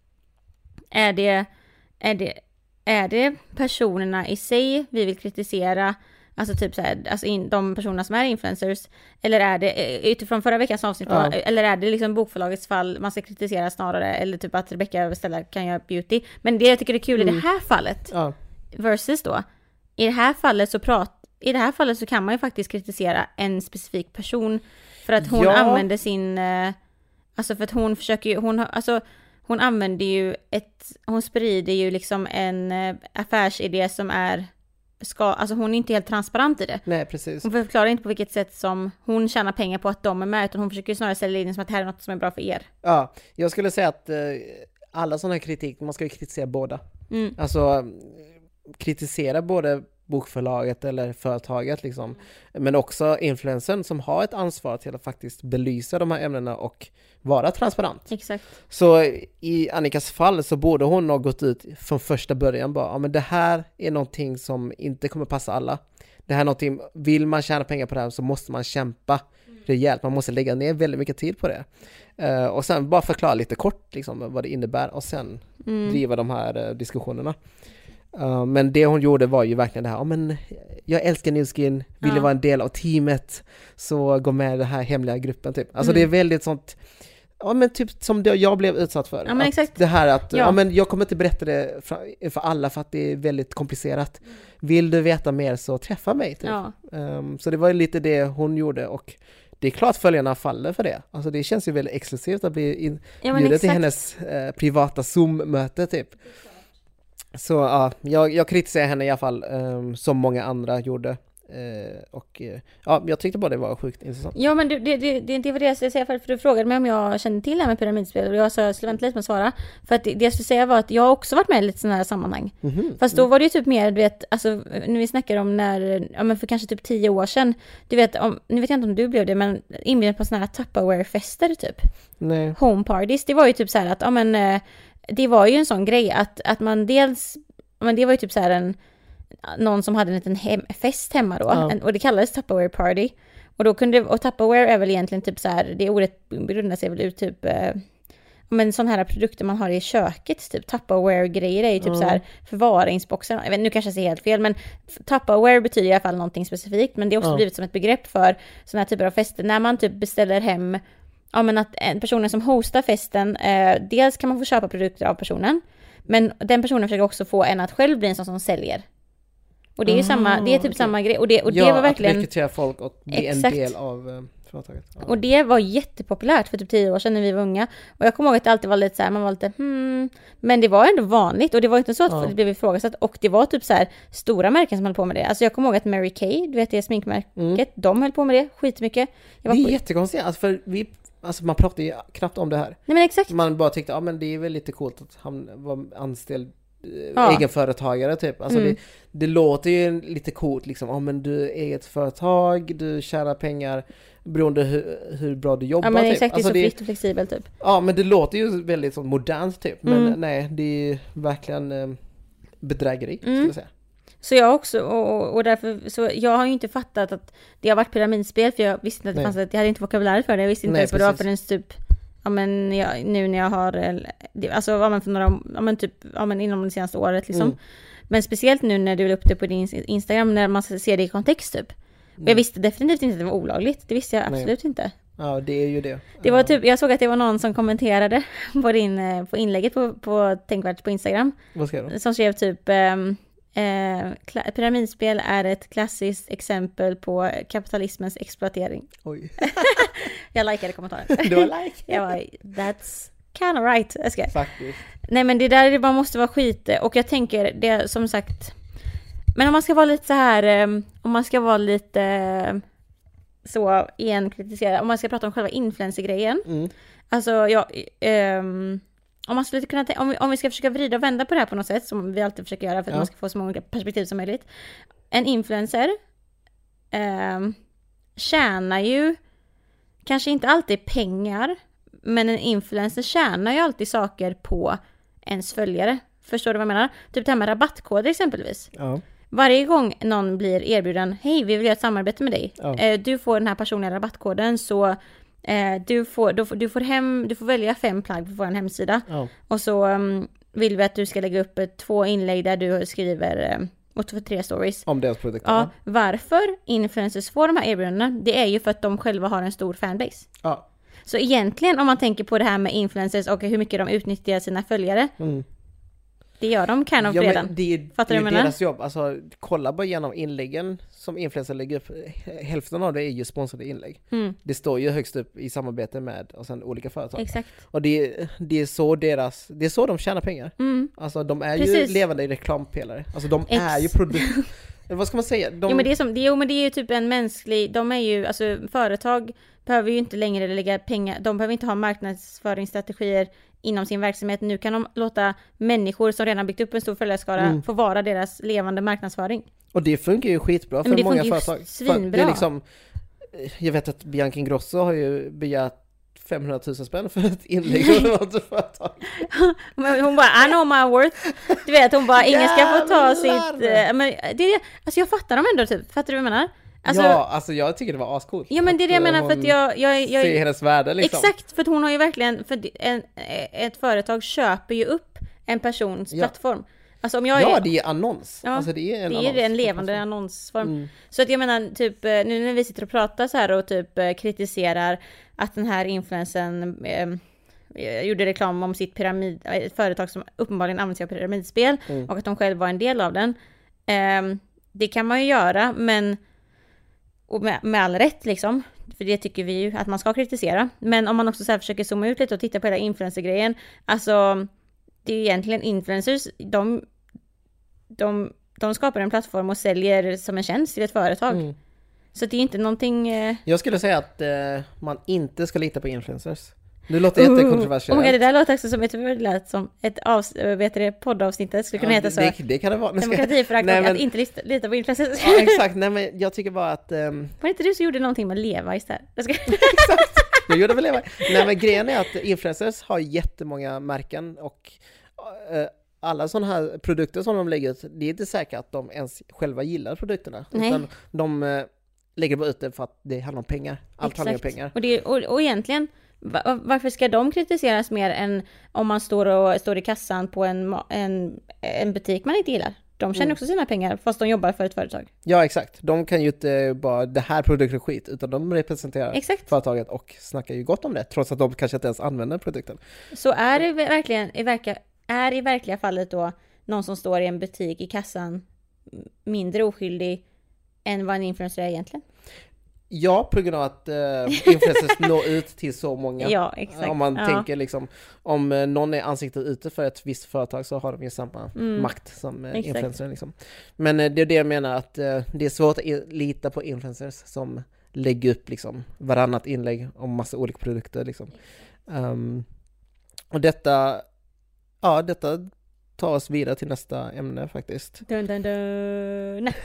är det, är det, är det personerna i sig vi vill kritisera, alltså typ så här, alltså in, de personerna som är influencers, eller är det utifrån förra veckans avsnitt, ja. eller är det liksom bokförlagets fall man ska kritisera snarare, eller typ att Rebecca Stella kan göra beauty. Men det jag tycker är kul mm. i det här fallet, ja. versus då, i det här fallet så pratar I det här fallet så kan man ju faktiskt kritisera en specifik person för att hon ja. använder sin, eh, alltså för att hon försöker ju, hon, alltså hon använder ju ett, hon sprider ju liksom en eh, affärsidé som är, ska, alltså hon är inte helt transparent i det. Nej, precis. Hon förklarar inte på vilket sätt som hon tjänar pengar på att de är med, utan hon försöker snarare sälja in som att det här är något som är bra för er. Ja, jag skulle säga att eh, alla sådana här kritik, man ska ju kritisera båda. Mm. Alltså kritisera både bokförlaget eller företaget liksom. Men också influencern som har ett ansvar till att faktiskt belysa de här ämnena och vara transparent. Exakt. Så i Annikas fall så borde hon ha gått ut från första början bara, ja men det här är någonting som inte kommer passa alla. Det här är någonting, vill man tjäna pengar på det här så måste man kämpa rejält. Man måste lägga ner väldigt mycket tid på det. Uh, och sen bara förklara lite kort liksom vad det innebär och sen mm. driva de här uh, diskussionerna. Uh, men det hon gjorde var ju verkligen det här, ja men jag älskar Nuskin, ville ja. vara en del av teamet, så gå med i den här hemliga gruppen typ. Alltså mm. det är väldigt sånt, ja men typ som det jag blev utsatt för. Ja men exakt. Det här att, ja. ja men jag kommer inte berätta det för, för alla för att det är väldigt komplicerat. Mm. Vill du veta mer så träffa mig typ. Ja. Um, så det var ju lite det hon gjorde och det är klart följarna faller för det. Alltså det känns ju väldigt exklusivt att bli inbjuden ja, till hennes eh, privata Zoom-möte typ. Så ja, jag, jag kritiserar henne i alla fall um, som många andra gjorde. Uh, och uh, ja, jag tyckte bara det var sjukt intressant. Ja, men det, det, det, det är inte vad jag skulle säga, för, för du frågade mig om jag kände till det här med pyramidspel och jag sa jag skulle vänta lite med att svara. För att det, det jag skulle säga var att jag också varit med i lite sådana här sammanhang. Mm-hmm. Fast då var det ju typ mer, du vet, alltså när vi snackar om när, ja men för kanske typ tio år sedan, du vet, om, nu vet jag inte om du blev det, men inbjuden på sådana här Tupperware-fester typ. Nej. Home parties, det var ju typ så här att, ja men det var ju en sån grej att, att man dels, men det var ju typ så här en, någon som hade en liten hem, fest hemma då, ja. en, och det kallades Tupperware party, och då kunde, och Tupperware är väl egentligen typ så här, det ordet grundar sig väl ut typ, eh, men sån här produkter man har i köket, typ Tupperware-grejer är ju typ mm. så här förvaringsboxar, jag vet, nu kanske jag säger helt fel, men Tupperware betyder i alla fall någonting specifikt, men det är också ja. blivit som ett begrepp för såna här typer av fester, när man typ beställer hem. Ja, men att en personen som hostar festen, eh, dels kan man få köpa produkter av personen, men den personen försöker också få en att själv bli en sån som säljer. Och det är ju mm, samma, det är typ okay. samma grej. Och det, och ja, det var verkligen... att rekrytera folk och bli en del av eh, företaget. Ja. Och det var jättepopulärt för typ tio år sedan när vi var unga. Och jag kommer ihåg att det alltid var lite så här, man var lite hmm, men det var ändå vanligt. Och det var inte så att ja. det blev ifrågasatt. Och det var typ så här stora märken som höll på med det. Alltså jag kommer ihåg att Mary Kay, du vet det sminkmärket, mm. de höll på med det skitmycket. Jag var det är på... jättekonstigt, alltså för vi... Alltså man pratar ju knappt om det här. Nej men exakt. Man bara tyckte, ja men det är väl lite coolt att han var anställd ja. egenföretagare typ. Alltså mm. det, det låter ju lite coolt liksom. Ja men du är eget företag, du tjänar pengar beroende hur, hur bra du jobbar. Ja men typ. exakt, alltså, det är så det, fritt och flexibelt typ. Ja men det låter ju väldigt så modernt typ. Men mm. nej, det är verkligen eh, bedrägeri mm. skulle jag säga. Så jag också, och, och därför, så jag har ju inte fattat att det har varit pyramidspel, för jag visste inte att det fanns, att jag hade inte vokabulär för det, jag visste inte ens vad det var för en typ, ja men jag, nu när jag har, alltså ja men för några, ja men typ, ja men inom det senaste året liksom, mm. men speciellt nu när du la upp det på din Instagram, när man ser det i kontext typ, mm. och jag visste definitivt inte att det var olagligt, det visste jag absolut Nej. inte. Ja, det är ju det. Det var typ, jag såg att det var någon som kommenterade på din, på inlägget på, på Tänkvärt på Instagram. Vad skrev de? Som skrev typ, um, Eh, kla- pyramidspel är ett klassiskt exempel på kapitalismens exploatering. Oj. Jag likade kommentaren. Du har like? Jag var, that's kind of right. Jag ska. Faktiskt. Nej men det där det bara måste vara skit. Och jag tänker, det som sagt, men om man ska vara lite så här, um, om man ska vara lite uh, så igen kritisera, om man ska prata om själva influencer-grejen. Mm. Alltså, jag, um, om, man skulle kunna, om, vi, om vi ska försöka vrida och vända på det här på något sätt, som vi alltid försöker göra för att ja. man ska få så många perspektiv som möjligt. En influencer um, tjänar ju kanske inte alltid pengar, men en influencer tjänar ju alltid saker på ens följare. Förstår du vad jag menar? Typ det här med rabattkoder exempelvis. Ja. Varje gång någon blir erbjuden, hej, vi vill göra ett samarbete med dig. Ja. Eh, du får den här personliga rabattkoden, så eh, du, får, du, får, du, får hem, du får välja fem plagg på vår hemsida. Ja. Och så um, vill vi att du ska lägga upp eh, två inlägg där du skriver eh, och för tre stories. Om deras produkter. Ja, varför influencers får de här erbjudandena? Det är ju för att de själva har en stor fanbase. Ja. Så egentligen om man tänker på det här med influencers och hur mycket de utnyttjar sina följare. Mm. Det gör de kind of ja, redan. Men det är, Fattar det du är menar? deras jobb. Alltså, kolla bara igenom inläggen som influencer lägger upp. Hälften av det är ju sponsrade inlägg. Mm. Det står ju högst upp i samarbete med och sen olika företag. Exakt. Och det, det är så deras, det är så de tjänar pengar. Mm. Alltså de är Precis. ju levande reklampelare. Alltså de Ex. är ju produkter. Vad ska man säga? De... Jo, men det är som, det, jo, men det är ju typ en mänsklig, de är ju, alltså företag behöver ju inte längre lägga pengar, de behöver inte ha marknadsföringsstrategier inom sin verksamhet. Nu kan de låta människor som redan byggt upp en stor följarskara mm. få vara deras levande marknadsföring. Och det funkar ju skitbra för många företag. Svinbra. Det är liksom, jag vet att Bianca Ingrosso har ju begärt femhundratusen spänn för ett inlägg av ett företag. Hon bara, I know my worth. Du vet, hon bara, ingen ska få ta sitt... Uh, men det, alltså jag fattar dem ändå typ. Fattar du vad jag menar? Alltså, ja, alltså jag tycker det var ascoolt. Ja, men det är det jag menar, för att jag... jag, jag ser hennes värde liksom. Exakt, för att hon har ju verkligen... För en, ett företag köper ju upp en persons ja. plattform. Alltså om jag är, ja, det är annons. Ja, alltså det är en, det annons, är en levande annonsform. Mm. Så att jag menar, typ, nu när vi sitter och pratar så här och typ kritiserar att den här influensen eh, gjorde reklam om sitt pyramid, ett företag som uppenbarligen använder sig av pyramidspel mm. och att de själva var en del av den. Eh, det kan man ju göra, men och med, med all rätt liksom. För det tycker vi ju att man ska kritisera. Men om man också så här försöker zooma ut lite och titta på hela influencer-grejen. Alltså, det är ju egentligen influencers. De, de, de skapar en plattform och säljer som en tjänst till ett företag. Mm. Så det är inte någonting... Eh... Jag skulle säga att eh, man inte ska lita på influencers. Det låter uh, jättekontroversiellt. Oh God, det där låter också som ett, lät som ett avs, vet du, poddavsnittet skulle kunna ja, heta så. Det, det kan det vara. Demokratiförakt och att inte lita, lita på influencers. Ja, exakt. Nej, men jag tycker bara att... Um... Var det inte du som gjorde någonting med Leva istället? Jag ska... Exakt. Jag gjorde väl Leva. Nej, men grejen är att influencers har jättemånga märken och uh, alla sådana här produkter som de lägger ut, det är inte säkert att de ens själva gillar produkterna. Nej. Utan de uh, lägger bara ut det för att det handlar om pengar. Allt handlar om pengar. Och, det, och, och egentligen... Varför ska de kritiseras mer än om man står och står i kassan på en, en, en butik man inte gillar? De tjänar mm. också sina pengar fast de jobbar för ett företag. Ja, exakt. De kan ju inte bara, det här produkten är skit, utan de representerar exakt. företaget och snackar ju gott om det, trots att de kanske inte ens använder produkten. Så är det verkligen, i verka, är i verkliga fallet då någon som står i en butik i kassan mindre oskyldig än vad en influencer är egentligen? Ja, på grund av att uh, influencers når ut till så många. Ja, exakt. Om man ja. tänker liksom, om uh, någon är ansiktet ute för ett visst företag så har de ju samma mm. makt som uh, influencer. Liksom. Men uh, det är det jag menar, att uh, det är svårt att i- lita på influencers som lägger upp liksom, varannat inlägg om massa olika produkter. Liksom. Um, och detta, ja, detta tar oss vidare till nästa ämne faktiskt. Dun, dun, dun. Nej.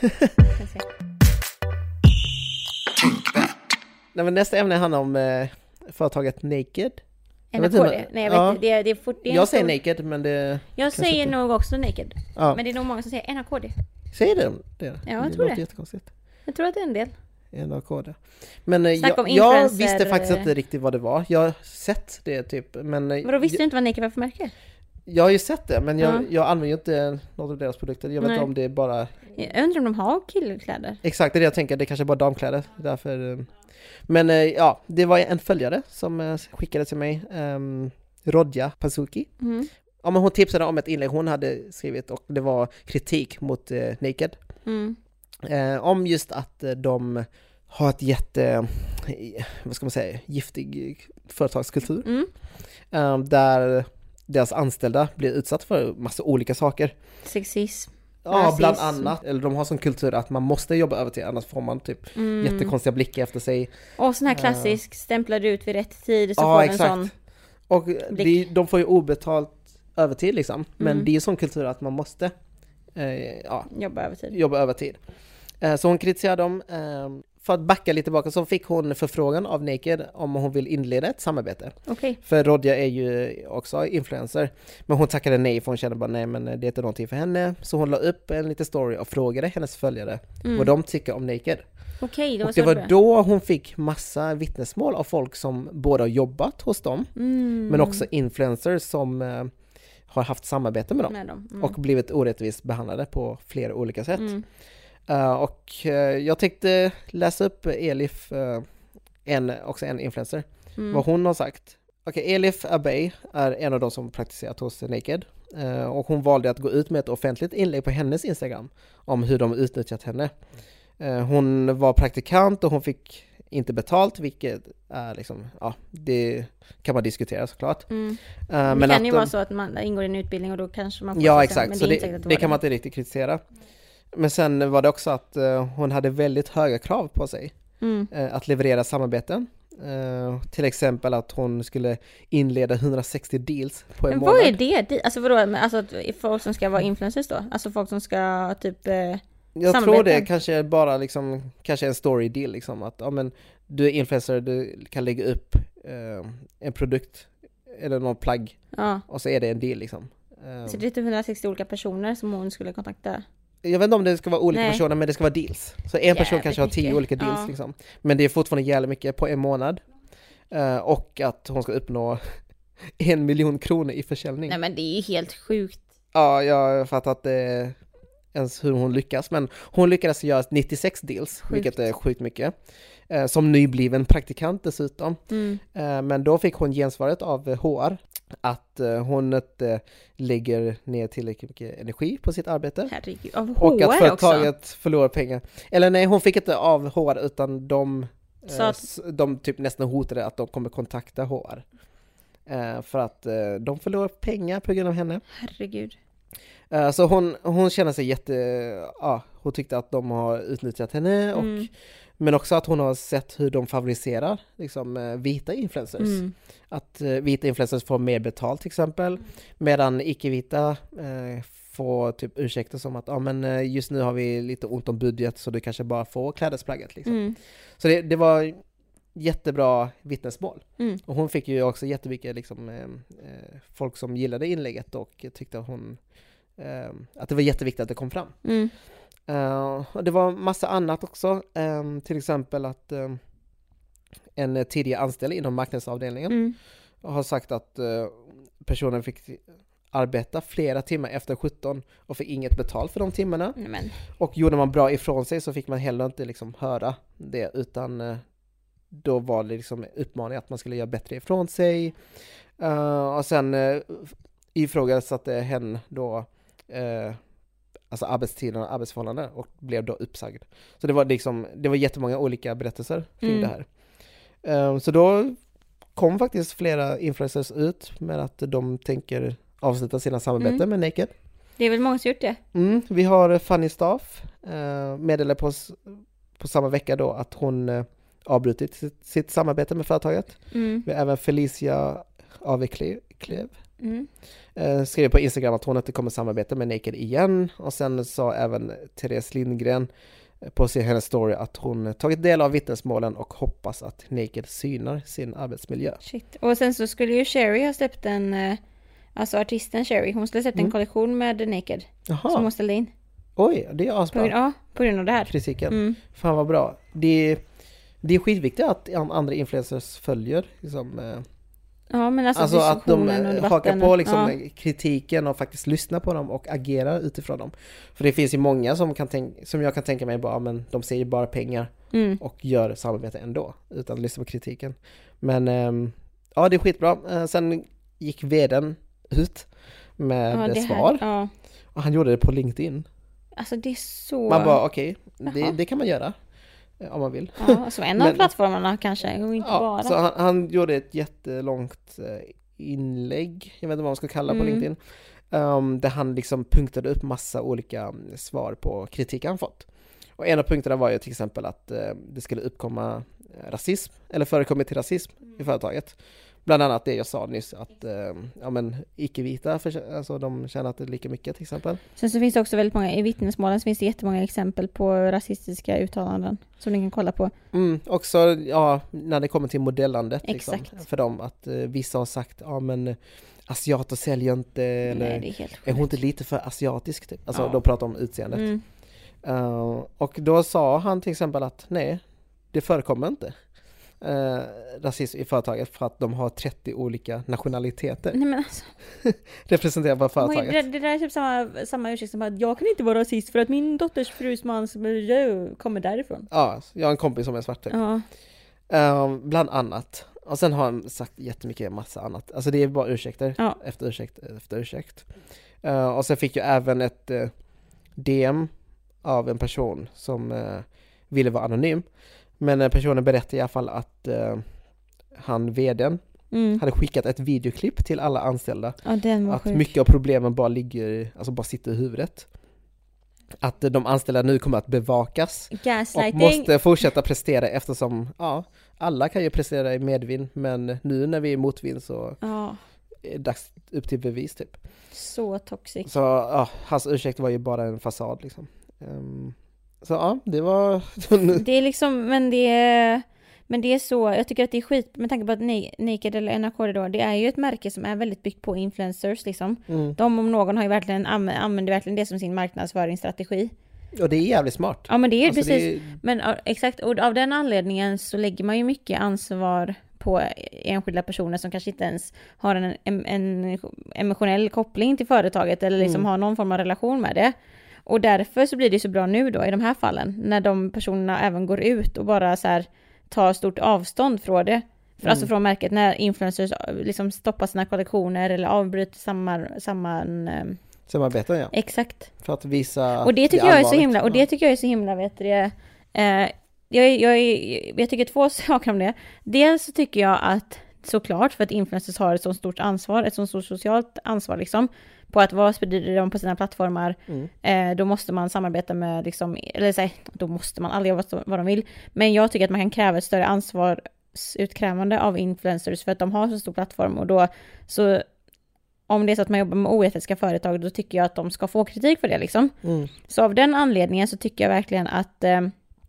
Nej, men nästa ämne handlar om eh, företaget Naked. N A K D? Nej, jag vet ja. inte. Det är, det är fort, det är jag säger stor... Naked, men det... Jag säger inte... nog också Naked. Ja. Men det är nog många som säger N A K D. Säger det? det? Ja, jag det tror låter det. Jättekonstigt. Jag tror att det är en del. N A K D. Men eh, jag, jag visste faktiskt inte riktigt vad det var. Jag har sett det typ. Men, Vadå, visste jag... du inte vad Naked var för märke? Jag har ju sett det, men jag, ja. jag använder ju inte något av deras produkter. Jag vet inte om det är bara... Jag undrar om de har killkläder. Exakt, det är det jag tänker. Det är kanske bara damkläder. Därför... Men ja, det var en följare som skickade till mig. Um, Rodja Pasuki. Mm. Ja, men hon tipsade om ett inlägg hon hade skrivit och det var kritik mot uh, Naked. Mm. Uh, om just att uh, de har ett jätte, vad ska man säga, giftig företagskultur. Mm. Uh, där deras anställda blir utsatt för massa olika saker. Sexism. Ja, bland annat. Eller de har sån kultur att man måste jobba övertid, annars får man typ mm. jättekonstiga blickar efter sig. Och sån här klassisk, uh, stämplar du ut vid rätt tid så ja, får du en exakt. Sån och de, de får ju obetalt övertid liksom. Men mm. det är ju sån kultur att man måste uh, ja, jobba övertid. Jobba övertid. Uh, så hon kritiserar dem. Uh, för att backa lite tillbaka så fick hon förfrågan av Naked om hon vill inleda ett samarbete. Okay. För Rodja är ju också influencer. Men hon tackade nej för hon kände bara nej men det är inte någonting för henne. Så hon la upp en liten story och frågade hennes följare mm. vad de tycker om Naked. Okay, det var och det var det. Då hon fick massa vittnesmål av folk som både har jobbat hos dem mm. men också influencers som eh, har haft samarbete med dem. Med dem. Mm. Och blivit orättvist behandlade på flera olika sätt. Mm. Uh, och uh, jag tänkte läsa upp Elif, uh, en, också en influencer, mm. vad hon har sagt. Okej, okay, Elif Abey är en av de som praktiserat hos Naked. Uh, och hon valde att gå ut med ett offentligt inlägg på hennes Instagram om hur de utnyttjat henne. Uh, hon var praktikant och hon fick inte betalt, vilket är liksom, ja, det kan man diskutera såklart. Mm. Uh, det men kan att, ju vara så att man ingår i en utbildning och då kanske man får ja, sig exakt, men så det, det, det kan man inte riktigt kritisera. Men sen var det också att uh, hon hade väldigt höga krav på sig mm. uh, att leverera samarbeten. Uh, till exempel att hon skulle inleda hundrasextio deals på en men månad. Vad är det? Alltså vadå? Alltså folk som ska vara influencers då? Alltså folk som ska typ uh, Jag samarbeta? tror det kanske bara liksom, kanske en story deal liksom. Att ja, men, du är influencer, du kan lägga upp uh, en produkt eller någon plagg ja. Och så är det en deal liksom. Uh, så det är typ hundrasextio olika personer som hon skulle kontakta? Jag vet inte om det ska vara olika Nej. personer, men det ska vara deals. Så en person kanske har tio mycket. olika deals. Ja. Liksom. Men det är fortfarande jävligt mycket på en månad. Uh, och att hon ska uppnå en miljon kronor i försäljning. Nej, men det är ju helt sjukt. Ja, jag fattar att det är ens hur hon lyckas. Men hon lyckades göra nittiosex deals, sjukt. Vilket är sjukt mycket. Uh, som nybliven praktikant dessutom. Mm. Uh, men då fick hon gensvaret av H R. Att uh, hon inte lägger ner tillräckligt mycket energi på sitt arbete. Herregud, av H R och att företaget också. förlorar pengar. Eller nej, hon fick inte av H R utan de, uh, att... de typ nästan hotade att de kommer kontakta H R. Uh, för att uh, de förlorar pengar på grund av henne. Herregud. Uh, så hon, hon känner sig jätte... Ja, uh, hon tyckte att de har utnyttjat henne och mm. men också att hon har sett hur de favoriserar liksom, vita influencers. Mm. Att uh, vita influencers får mer betalt till exempel. Medan icke-vita uh, får typ ursäkter som att ah, men, uh, just nu har vi lite ont om budget så du kanske bara får klädesplagget. Liksom. Mm. Så det, det var jättebra vittnesmål. Mm. Och hon fick ju också jättemycket liksom, uh, uh, folk som gillade inlägget och tyckte att hon uh, att det var jätteviktigt att det kom fram. Mm. Uh, och det var massa annat också. Um, till exempel att um, en tidigare anställd inom marknadsavdelningen mm. har sagt att uh, personen fick arbeta flera timmar efter sjutton och fick inget betalt för de timmarna. Mm. Och gjorde man bra ifrån sig så fick man heller inte liksom höra det utan uh, då var det liksom uppmaning att man skulle göra bättre ifrån sig. Uh, och sen uh, ifrågasatte hen då uh, alltså arbetstiden och arbetsförhållanden och blev då uppsagd. Så det var liksom, det var jättemånga olika berättelser kring mm. det här. Um, så då kom faktiskt flera influencers ut med att de tänker avsluta sina samarbeten mm. med Naked. Det är väl många som gjort det? Mm, vi har Fanny Staff uh, meddelade på, på samma vecka då att hon uh, avbrutit sitt, sitt samarbete med företaget. Mm. Vi har även Felicia Aveklev Mm. Uh, skrev på Instagram att hon inte kommer samarbeta med Naked igen och sen sa även Therese Lindgren på sin hennes story att hon tagit del av vittnesmålen och hoppas att Naked synar sin arbetsmiljö. Shit. Och sen så skulle ju Sherry ha släppt en, alltså artisten Sherry, hon skulle ha släppt mm. en kollektion med Naked. Aha. Som hon ställde in. Oj, det är asbra. På, ja, på grund av det här. Kritiken. Mm. Fan vad bra. Det, det är skitviktigt att andra influencers följer liksom, eh, ja, men alltså, alltså att de hakar på liksom ja. kritiken och faktiskt lyssnar på dem och agerar utifrån dem. För det finns ju många som, kan tänka, som jag kan tänka mig bara, men de ser ju bara pengar mm. och gör samarbete ändå utan att lyssna på kritiken. Men ähm, ja, det är skitbra. Äh, sen gick vdn ut med ja, det svar. Här, ja. Och han gjorde det på LinkedIn. Alltså det är så... Man bara okej, okay, det, det kan man göra. Om man vill. Ja, så en av men, plattformarna kanske, och inte ja, bara. Så han, han gjorde ett jättelångt inlägg, jag vet inte vad man ska kalla mm. på LinkedIn, Um, där han liksom punktade upp massa olika svar på kritik han fått. Och en av punkterna var ju till exempel att uh, det skulle uppkomma rasism, eller förekommit till rasism mm. i företaget. Bland annat det jag sa nyss, att uh, ja, men, icke-vita, för, alltså, de tjänar inte lika mycket till exempel. Sen så finns det också väldigt många, i vittnesmålen så finns det jättemånga exempel på rasistiska uttalanden som ni kan kolla på. Mm, också ja, när det kommer till modellandet. Liksom, för dem, att uh, vissa har sagt, ja men asiater säljer inte, eller Nej, det är, är hon inte lite för asiatisk typ? Alltså ja. De pratar om utseendet. Mm. Uh, och då sa han till exempel att nej, det förekommer inte uh, rasism i företaget för att de har trettio olika nationaliteter. Nej men alltså. Representerar bara företaget. Det, det där är typ samma, samma ursäkt som att jag kan inte vara rasist för att min dotters frus man kommer därifrån. Ja, jag har en kompis som är svart typ. Ja. Uh, bland annat. Och sen har han sagt jättemycket massa annat. Alltså det är bara ursäkter. Ja. Efter ursäkt efter ursäkt. Uh, och sen fick jag även ett uh, D M av en person som uh, ville vara anonym. Men uh, personen berättade i alla fall att uh, han, vdn, mm. hade skickat ett videoklipp till alla anställda. Ja, den var att sjuk. Mycket av problemen bara ligger, alltså bara sitter i huvudet. Att de anställda nu kommer att bevakas och måste fortsätta prestera eftersom ja, alla kan ju prestera i medvind, men nu när vi är i motvind så ja. är det dags upp till bevis typ. Så toxic. Så ja, hans ursäkt var ju bara en fasad liksom. Um, så ja, det var... det är liksom, men det är... Men det är så, jag tycker att det är skit med tanke på att Naked eller N R K då, det är ju ett märke som är väldigt byggt på influencers liksom. Mm. De om någon har ju verkligen använder verkligen det som sin marknadsföringsstrategi. Och det är jävligt smart. Ja men det är alltså precis, det är... men exakt, och av den anledningen så lägger man ju mycket ansvar på enskilda personer som kanske inte ens har en, en, en emotionell koppling till företaget eller liksom mm. har någon form av relation med det. Och därför så blir det så bra nu då i de här fallen, när de personerna även går ut och bara så här tar stort avstånd från det. För mm. Alltså från märket, när influencers liksom stoppar sina kollektioner eller avbryter samman... samman Samarbeten, ja. Exakt. För att visa... Och det tycker det jag är så himla... Och det tycker jag är så himla, vet du det... Eh, jag, jag, jag tycker två saker om det. Dels så tycker jag att såklart, för att influencers har ett så stort ansvar, ett så stort socialt ansvar liksom, på att vad sprider de på sina plattformar, mm. eh, då måste man samarbeta med liksom, eller säg, då måste man aldrig göra vad de vill, men jag tycker att man kan kräva ett större ansvarsutkrävande av influencers för att de har så stor plattform, och då så om det är så att man jobbar med oetiska företag, då tycker jag att de ska få kritik för det liksom. Mm. Så av den anledningen så tycker jag verkligen att eh,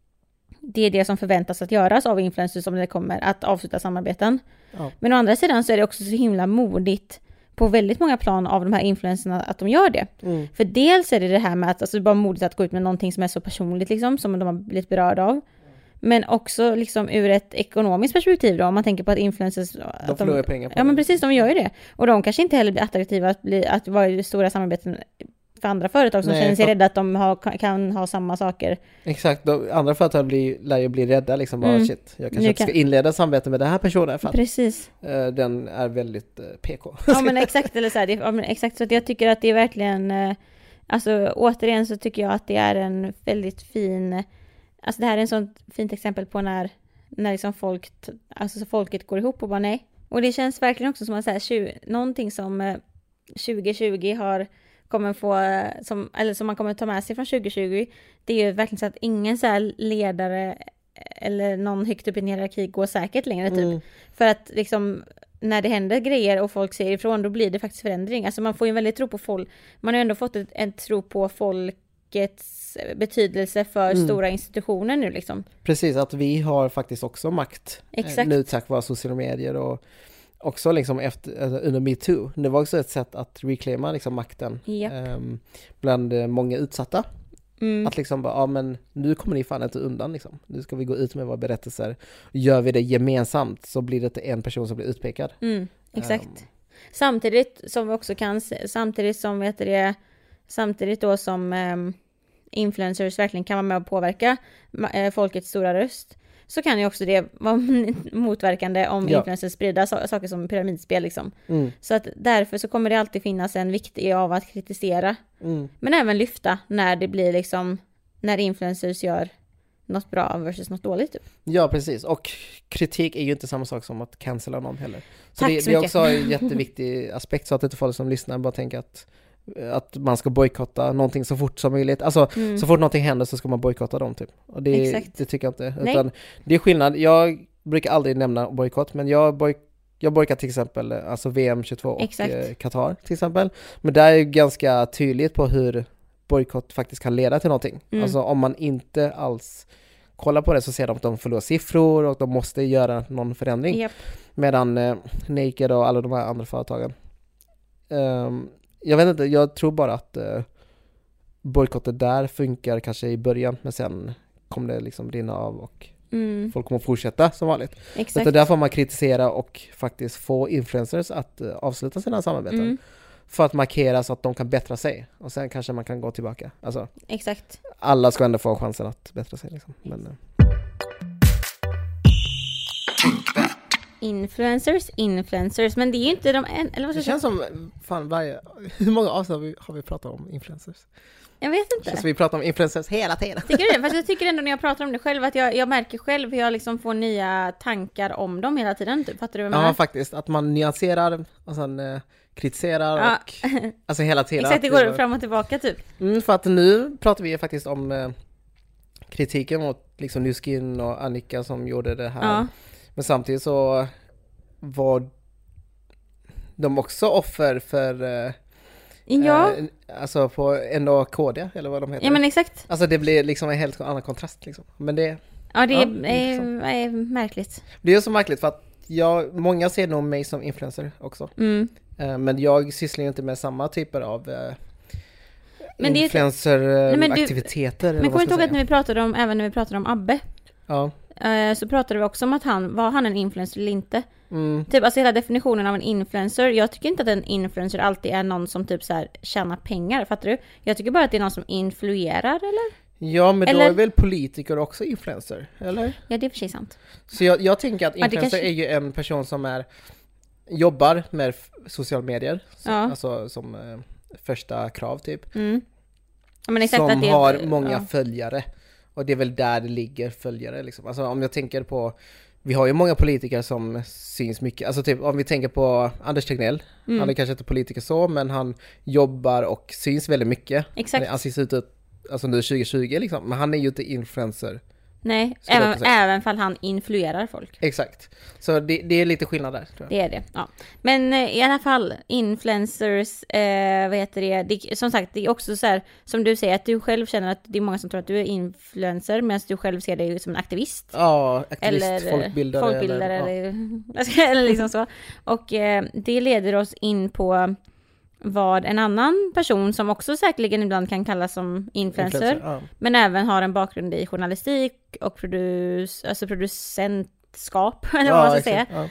det är det som förväntas att göras av influencers som det kommer att avsluta samarbeten. Ja. Men å andra sidan så är det också så himla modigt på väldigt många plan av de här influencerna att de gör det. Mm. För dels är det det här med att alltså, det är bara modigt att gå ut med någonting som är så personligt liksom, som de har blivit berörda av. Men också liksom ur ett ekonomiskt perspektiv då, om man tänker på att influencers... De att förlorar pengar på Ja, det. Men precis, de gör ju det. Och de kanske inte heller blir attraktiva att, bli, att vara i stora samarbeten för andra företag som Nej, känner sig för... rädda att de har, kan ha samma saker. Exakt, de andra företag blir, lär ju bli rädda liksom, bara mm. shit, jag kanske inte kan... ska inleda samarbete med den här personen för att Precis. Uh, den är väldigt uh, P K. Ja men exakt, eller så här, det, ja, men exakt, så att jag tycker att det är verkligen, uh, alltså återigen så tycker jag att det är en väldigt fin, alltså det här är en sånt fint exempel på när, när liksom folk, alltså så folket går ihop och bara nej. Och det känns verkligen också som att så här, tjugo, någonting som uh, tjugo tjugo har kommer få, som, eller som man kommer ta med sig från tjugo tjugo, det är ju verkligen så att ingen så här ledare eller någon högt upp i en hierarki går säkert längre typ. Mm. För att liksom när det händer grejer och folk säger ifrån, då blir det faktiskt förändring. Alltså man får ju en väldigt tro på folk, man har ju ändå fått ett, en tro på folkets betydelse för mm. stora institutioner nu liksom. Precis, att vi har faktiskt också makt. Exakt. Nu tack vare sociala medier och också liksom efter, alltså under MeToo. Det var också ett sätt att reclaima liksom makten yep. um, bland många utsatta. Mm. Att liksom bara, ja men nu kommer ni fan inte undan liksom. Nu ska vi gå ut med våra berättelser. Gör vi det gemensamt så blir det inte en person som blir utpekad. Mm, exakt. Um. Samtidigt som vi också kan, samtidigt som vet det, samtidigt då som um, influencers verkligen kan vara med och påverka uh, folkets stora röst, så kan ju också det vara motverkande om ja. influencers sprider so- saker som pyramidspel liksom. Mm. Så att därför så kommer det alltid finnas en vikt av att kritisera. Mm. Men även lyfta när det blir liksom, när influencers gör något bra versus något dåligt typ. Ja, precis. Och kritik är ju inte samma sak som att cancella någon heller. Så Tack det, så det är också en jätteviktig aspekt, så att inte folk som lyssnar bara tänker att att man ska bojkotta någonting så fort som möjligt. Alltså mm. så fort någonting händer så ska man bojkotta dem typ. Och det, det tycker jag inte. Utan det är skillnad. Jag brukar aldrig nämna bojkott, men jag boj, jag bojkottar till exempel alltså V M tjugotvå och eh, Qatar till exempel. Men det är ju ganska tydligt på hur bojkott faktiskt kan leda till någonting. Mm. Alltså om man inte alls kollar på det så ser de att de förlorar siffror och de måste göra någon förändring. Yep. Medan eh, Naked och alla de här andra företagen um, jag vet inte, jag tror bara att uh, bojkottet där funkar kanske i början, men sen kommer det liksom rinna av och mm. folk kommer fortsätta som vanligt. Exakt. Så där får man kritisera och faktiskt få influencers att uh, avsluta sina samarbeten. Mm. För att markera så att de kan bättra sig. Och sen kanske man kan gå tillbaka. Alltså, exakt. Alla ska ändå få chansen att bättra sig. Liksom. Men, uh. Influencers, influencers. Men det är ju inte de en, eller vad ska det känns som, fan varje, hur många avsnitt har vi, har vi pratat om influencers? Jag vet inte. Det känns som vi pratar om influencers hela tiden. Tycker du det? Fast jag tycker ändå när jag pratar om det själv att jag, jag märker själv hur jag liksom får nya tankar om dem hela tiden. Typ. Fattar du vad jag menar? Ja, faktiskt. Att man nyanserar och sen eh, kritiserar ja. och alltså hela tiden. Exakt, det går fram och tillbaka typ. Mm, för att nu pratar vi faktiskt om eh, kritiken mot liksom Nuskin och Annika som gjorde det här. Ja. Men samtidigt så var de också offer för eh, ja. eh, alltså på N A-K D eller vad de heter. Ja, men exakt. Alltså det blir liksom en helt annan kontrast liksom. Men det ja, det är, ja, är, är märkligt. Det är så märkligt för att jag, många ser nog mig som influencer också. Mm. Eh, men jag sysslar ju inte med samma typer av eh, influencer-aktiviteter. Men, men kommer du ihåg att när vi pratade om, även när vi pratade om Abbe? Ja. Så pratade vi också om att han, var han en influencer eller inte? Mm. Typ, alltså hela definitionen av en influencer. Jag tycker inte att en influencer alltid är någon som typ så här tjänar pengar, fattar du? Jag tycker bara att det är någon som influerar, eller? Ja, men eller? Då är väl politiker också influencer, eller? Ja, det är för sig sant. Så jag, jag tänker att influencer ja, kanske... är ju en person som är jobbar med sociala medier. Så, ja. Alltså som eh, första krav typ. Mm. Ja, men exakt som att det är... har många ja. följare. Och det är väl där det ligger följare liksom. Alltså om jag tänker på, vi har ju många politiker som syns mycket. Alltså typ om vi tänker på Anders Tegnell. Mm. Han är kanske inte politiker så, men han jobbar och syns väldigt mycket. Exakt. Han syns ut alltså nu tjugo tjugo liksom. Men han är ju inte influencer. Nej, även, även fall han influerar folk. Exakt. Så det, det är lite skillnad där, tror jag. Det är det, ja. Men eh, i alla fall, influencers, eh, vad heter det? det? Som sagt, det är också så här, som du säger, att du själv känner att det är många som tror att du är influencer, medan du själv ser dig som en aktivist. Ja, aktivist, eller, folkbildare. Folkbildare, eller, eller, ja. eller liksom så. Och eh, det leder oss in på vad en annan person som också säkerligen ibland kan kallas som influencer, influencer ja. Men även har en bakgrund i journalistik och produce, alltså producentskap eller vad man ska säga, ja.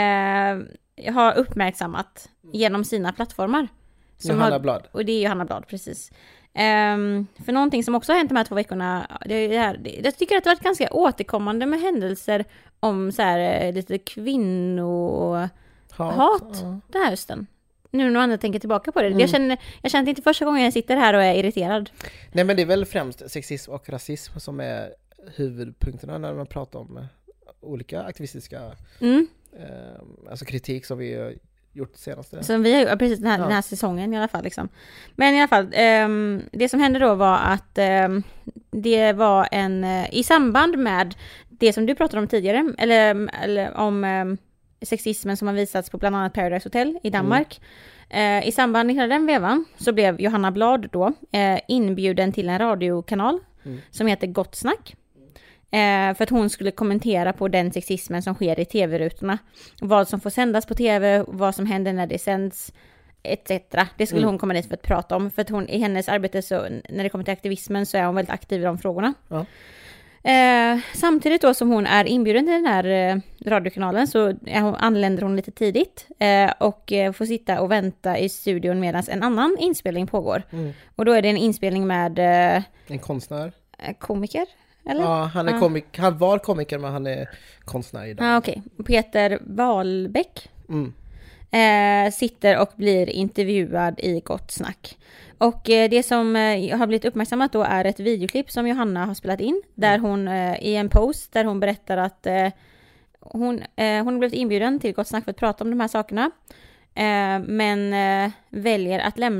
eh, har uppmärksammat genom sina plattformar. Som Johanna har, Blad. Och det är Johanna Blad, precis. Um, för någonting som också har hänt de här två veckorna, det är det här, det, jag tycker att det har varit ganska återkommande med händelser om så här, lite kvinnohat ja. Den här hösten. Nu när jag tänker tillbaka på det. Mm. Jag, känner, jag känner inte första gången jag sitter här och är irriterad. Nej, men det är väl främst sexism och rasism som är huvudpunkterna när man pratar om olika aktivistiska mm. eh, alltså kritik som vi har gjort senaste. Som vi har gjort, precis den här, ja. den här säsongen i alla fall. Liksom. Men i alla fall, eh, det som hände då var att eh, det var en, eh, i samband med det som du pratade om tidigare, eller, eller om... Eh, sexismen som har visats på bland annat Paradise Hotel i Danmark. Mm. Eh, I samband med hela den vevan så blev Johanna Blad då eh, inbjuden till en radiokanal mm. som heter Gott Snack. Eh, för att hon skulle kommentera på den sexismen som sker i tv-rutorna. Vad som får sändas på tv, vad som händer när det sänds, et cetera. Det skulle mm. hon komma dit för att prata om. För att hon i hennes arbete, så, när det kommer till aktivismen, så är hon väldigt aktiv i de frågorna. Ja. Eh, samtidigt då som hon är inbjuden till den här eh, radiokanalen så är hon, anländer hon lite tidigt eh, och eh, får sitta och vänta i studion medan en annan inspelning pågår. Mm. Och då är det en inspelning med eh, en konstnär. Komiker, eller? Ja, han, är ah. komik- han var komiker men han är konstnär idag. Ja, ah, okej. Okay. Peter Wahlbeck mm. eh, sitter och blir intervjuad i Gott Snack. Och eh, det som eh, har blivit uppmärksammat då är ett videoklipp som Johanna har spelat in. Där hon eh, i en post där hon berättar att eh, hon, eh, hon har blivit inbjuden till Gott Snack för att prata om de här sakerna. Eh, men eh, väljer att lämna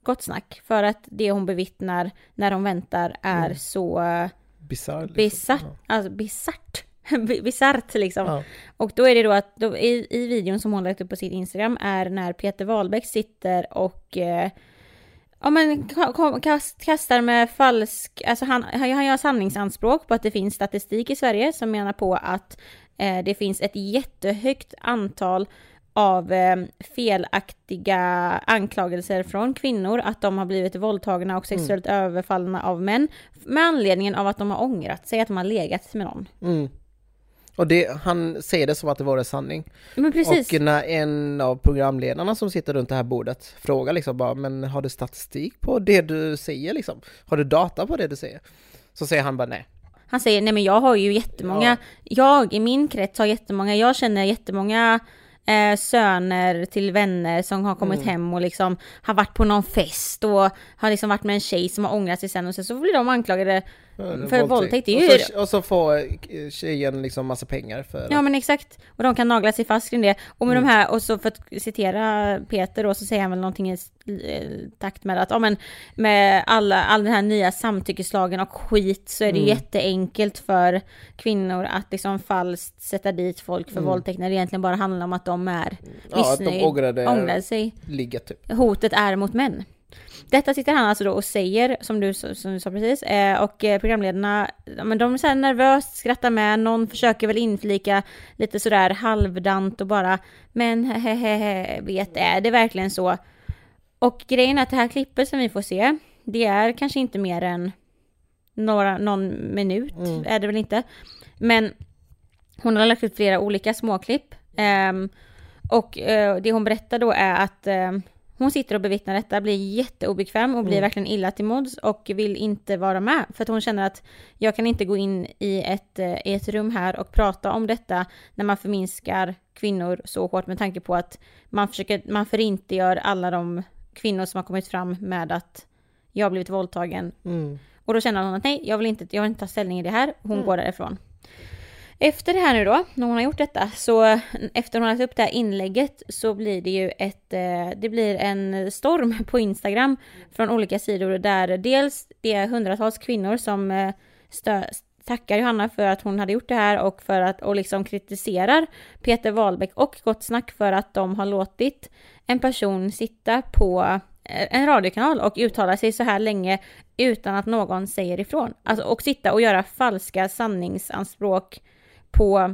Gott Snack. För att det hon bevittnar när de väntar är mm. så Bizarr, liksom. bizarrt. Ja. Alltså bizarrt. Bizarrt liksom. Ja. Och då är det då att då, i, i videon som hon lagt upp på sitt Instagram är när Peter Wahlbeck sitter och eh, ja, men kast, kastar med falsk, alltså han, han gör sanningsanspråk på att det finns statistik i Sverige som menar på att eh, det finns ett jättehögt antal av eh, felaktiga anklagelser från kvinnor att de har blivit våldtagna och sexuellt mm. överfallna av män med anledningen av att de har ångrat sig att de har legat med någon. Mm. Och det, han säger det som att det var en sanning. Men precis. Och när en av programledarna som sitter runt det här bordet frågar liksom bara, men har du statistik på det du säger liksom? Har du data på det du säger? Så säger han bara nej. Han säger, nej men jag har ju jättemånga, ja. jag i min krets har jättemånga, jag känner jättemånga eh, söner till vänner som har kommit mm. hem och liksom har varit på någon fest och har liksom varit med en tjej som har ångrat sig sen och sen så blir de anklagade för våldtäkt. våldtäkt. Och, ju... så, och så får tjejen liksom massa pengar för... Ja men exakt. Och de kan nagla sig fast kring det. Och med mm. de här, och så för att citera Peter då, så säger han väl någonting i takt med att ja, men med alla, all den här nya samtyckeslagen och skit så är det mm. jätteenkelt för kvinnor att liksom falskt sätta dit folk för mm. våldtäkt när det egentligen bara handlar om att de är ja, missnöjd, att de ångrade, ångrade sig. Ligga, typ. Hotet är mot män. Detta sitter han alltså då och säger, som du, som du sa precis, eh, och programledarna, men de är så här nervöst, skrattar med, någon försöker väl inflika lite sådär halvdant och bara, men hehehe, vet är det verkligen så? Och grejen är att det här klippet som vi får se, det är kanske inte mer än några, någon minut, mm. är det väl inte? Men hon har lagt ut flera olika småklipp, eh, och eh, det hon berättar då är att eh, hon sitter och bevittnar detta, blir jätteobekväm och blir mm. verkligen illa till mods och vill inte vara med. För att hon känner att jag kan inte gå in i ett, i ett rum här och prata om detta när man förminskar kvinnor så hårt med tanke på att man försöker, man förintgör alla de kvinnor som har kommit fram med att jag har blivit våldtagen. Mm. Och då känner hon att nej, jag vill inte, jag vill inte ta ställning i det här. Hon mm. går därifrån. Efter det här nu då, när hon har gjort detta, så efter hon har lagt upp det här inlägget så blir det ju ett, det blir en storm på Instagram från olika sidor där dels det är hundratals kvinnor som stö, tackar Johanna för att hon hade gjort det här och för att, och liksom kritiserar Peter Wahlbeck och Gott Snack för att de har låtit en person sitta på en radiokanal och uttala sig så här länge utan att någon säger ifrån. Alltså, och sitta och göra falska sanningsanspråk på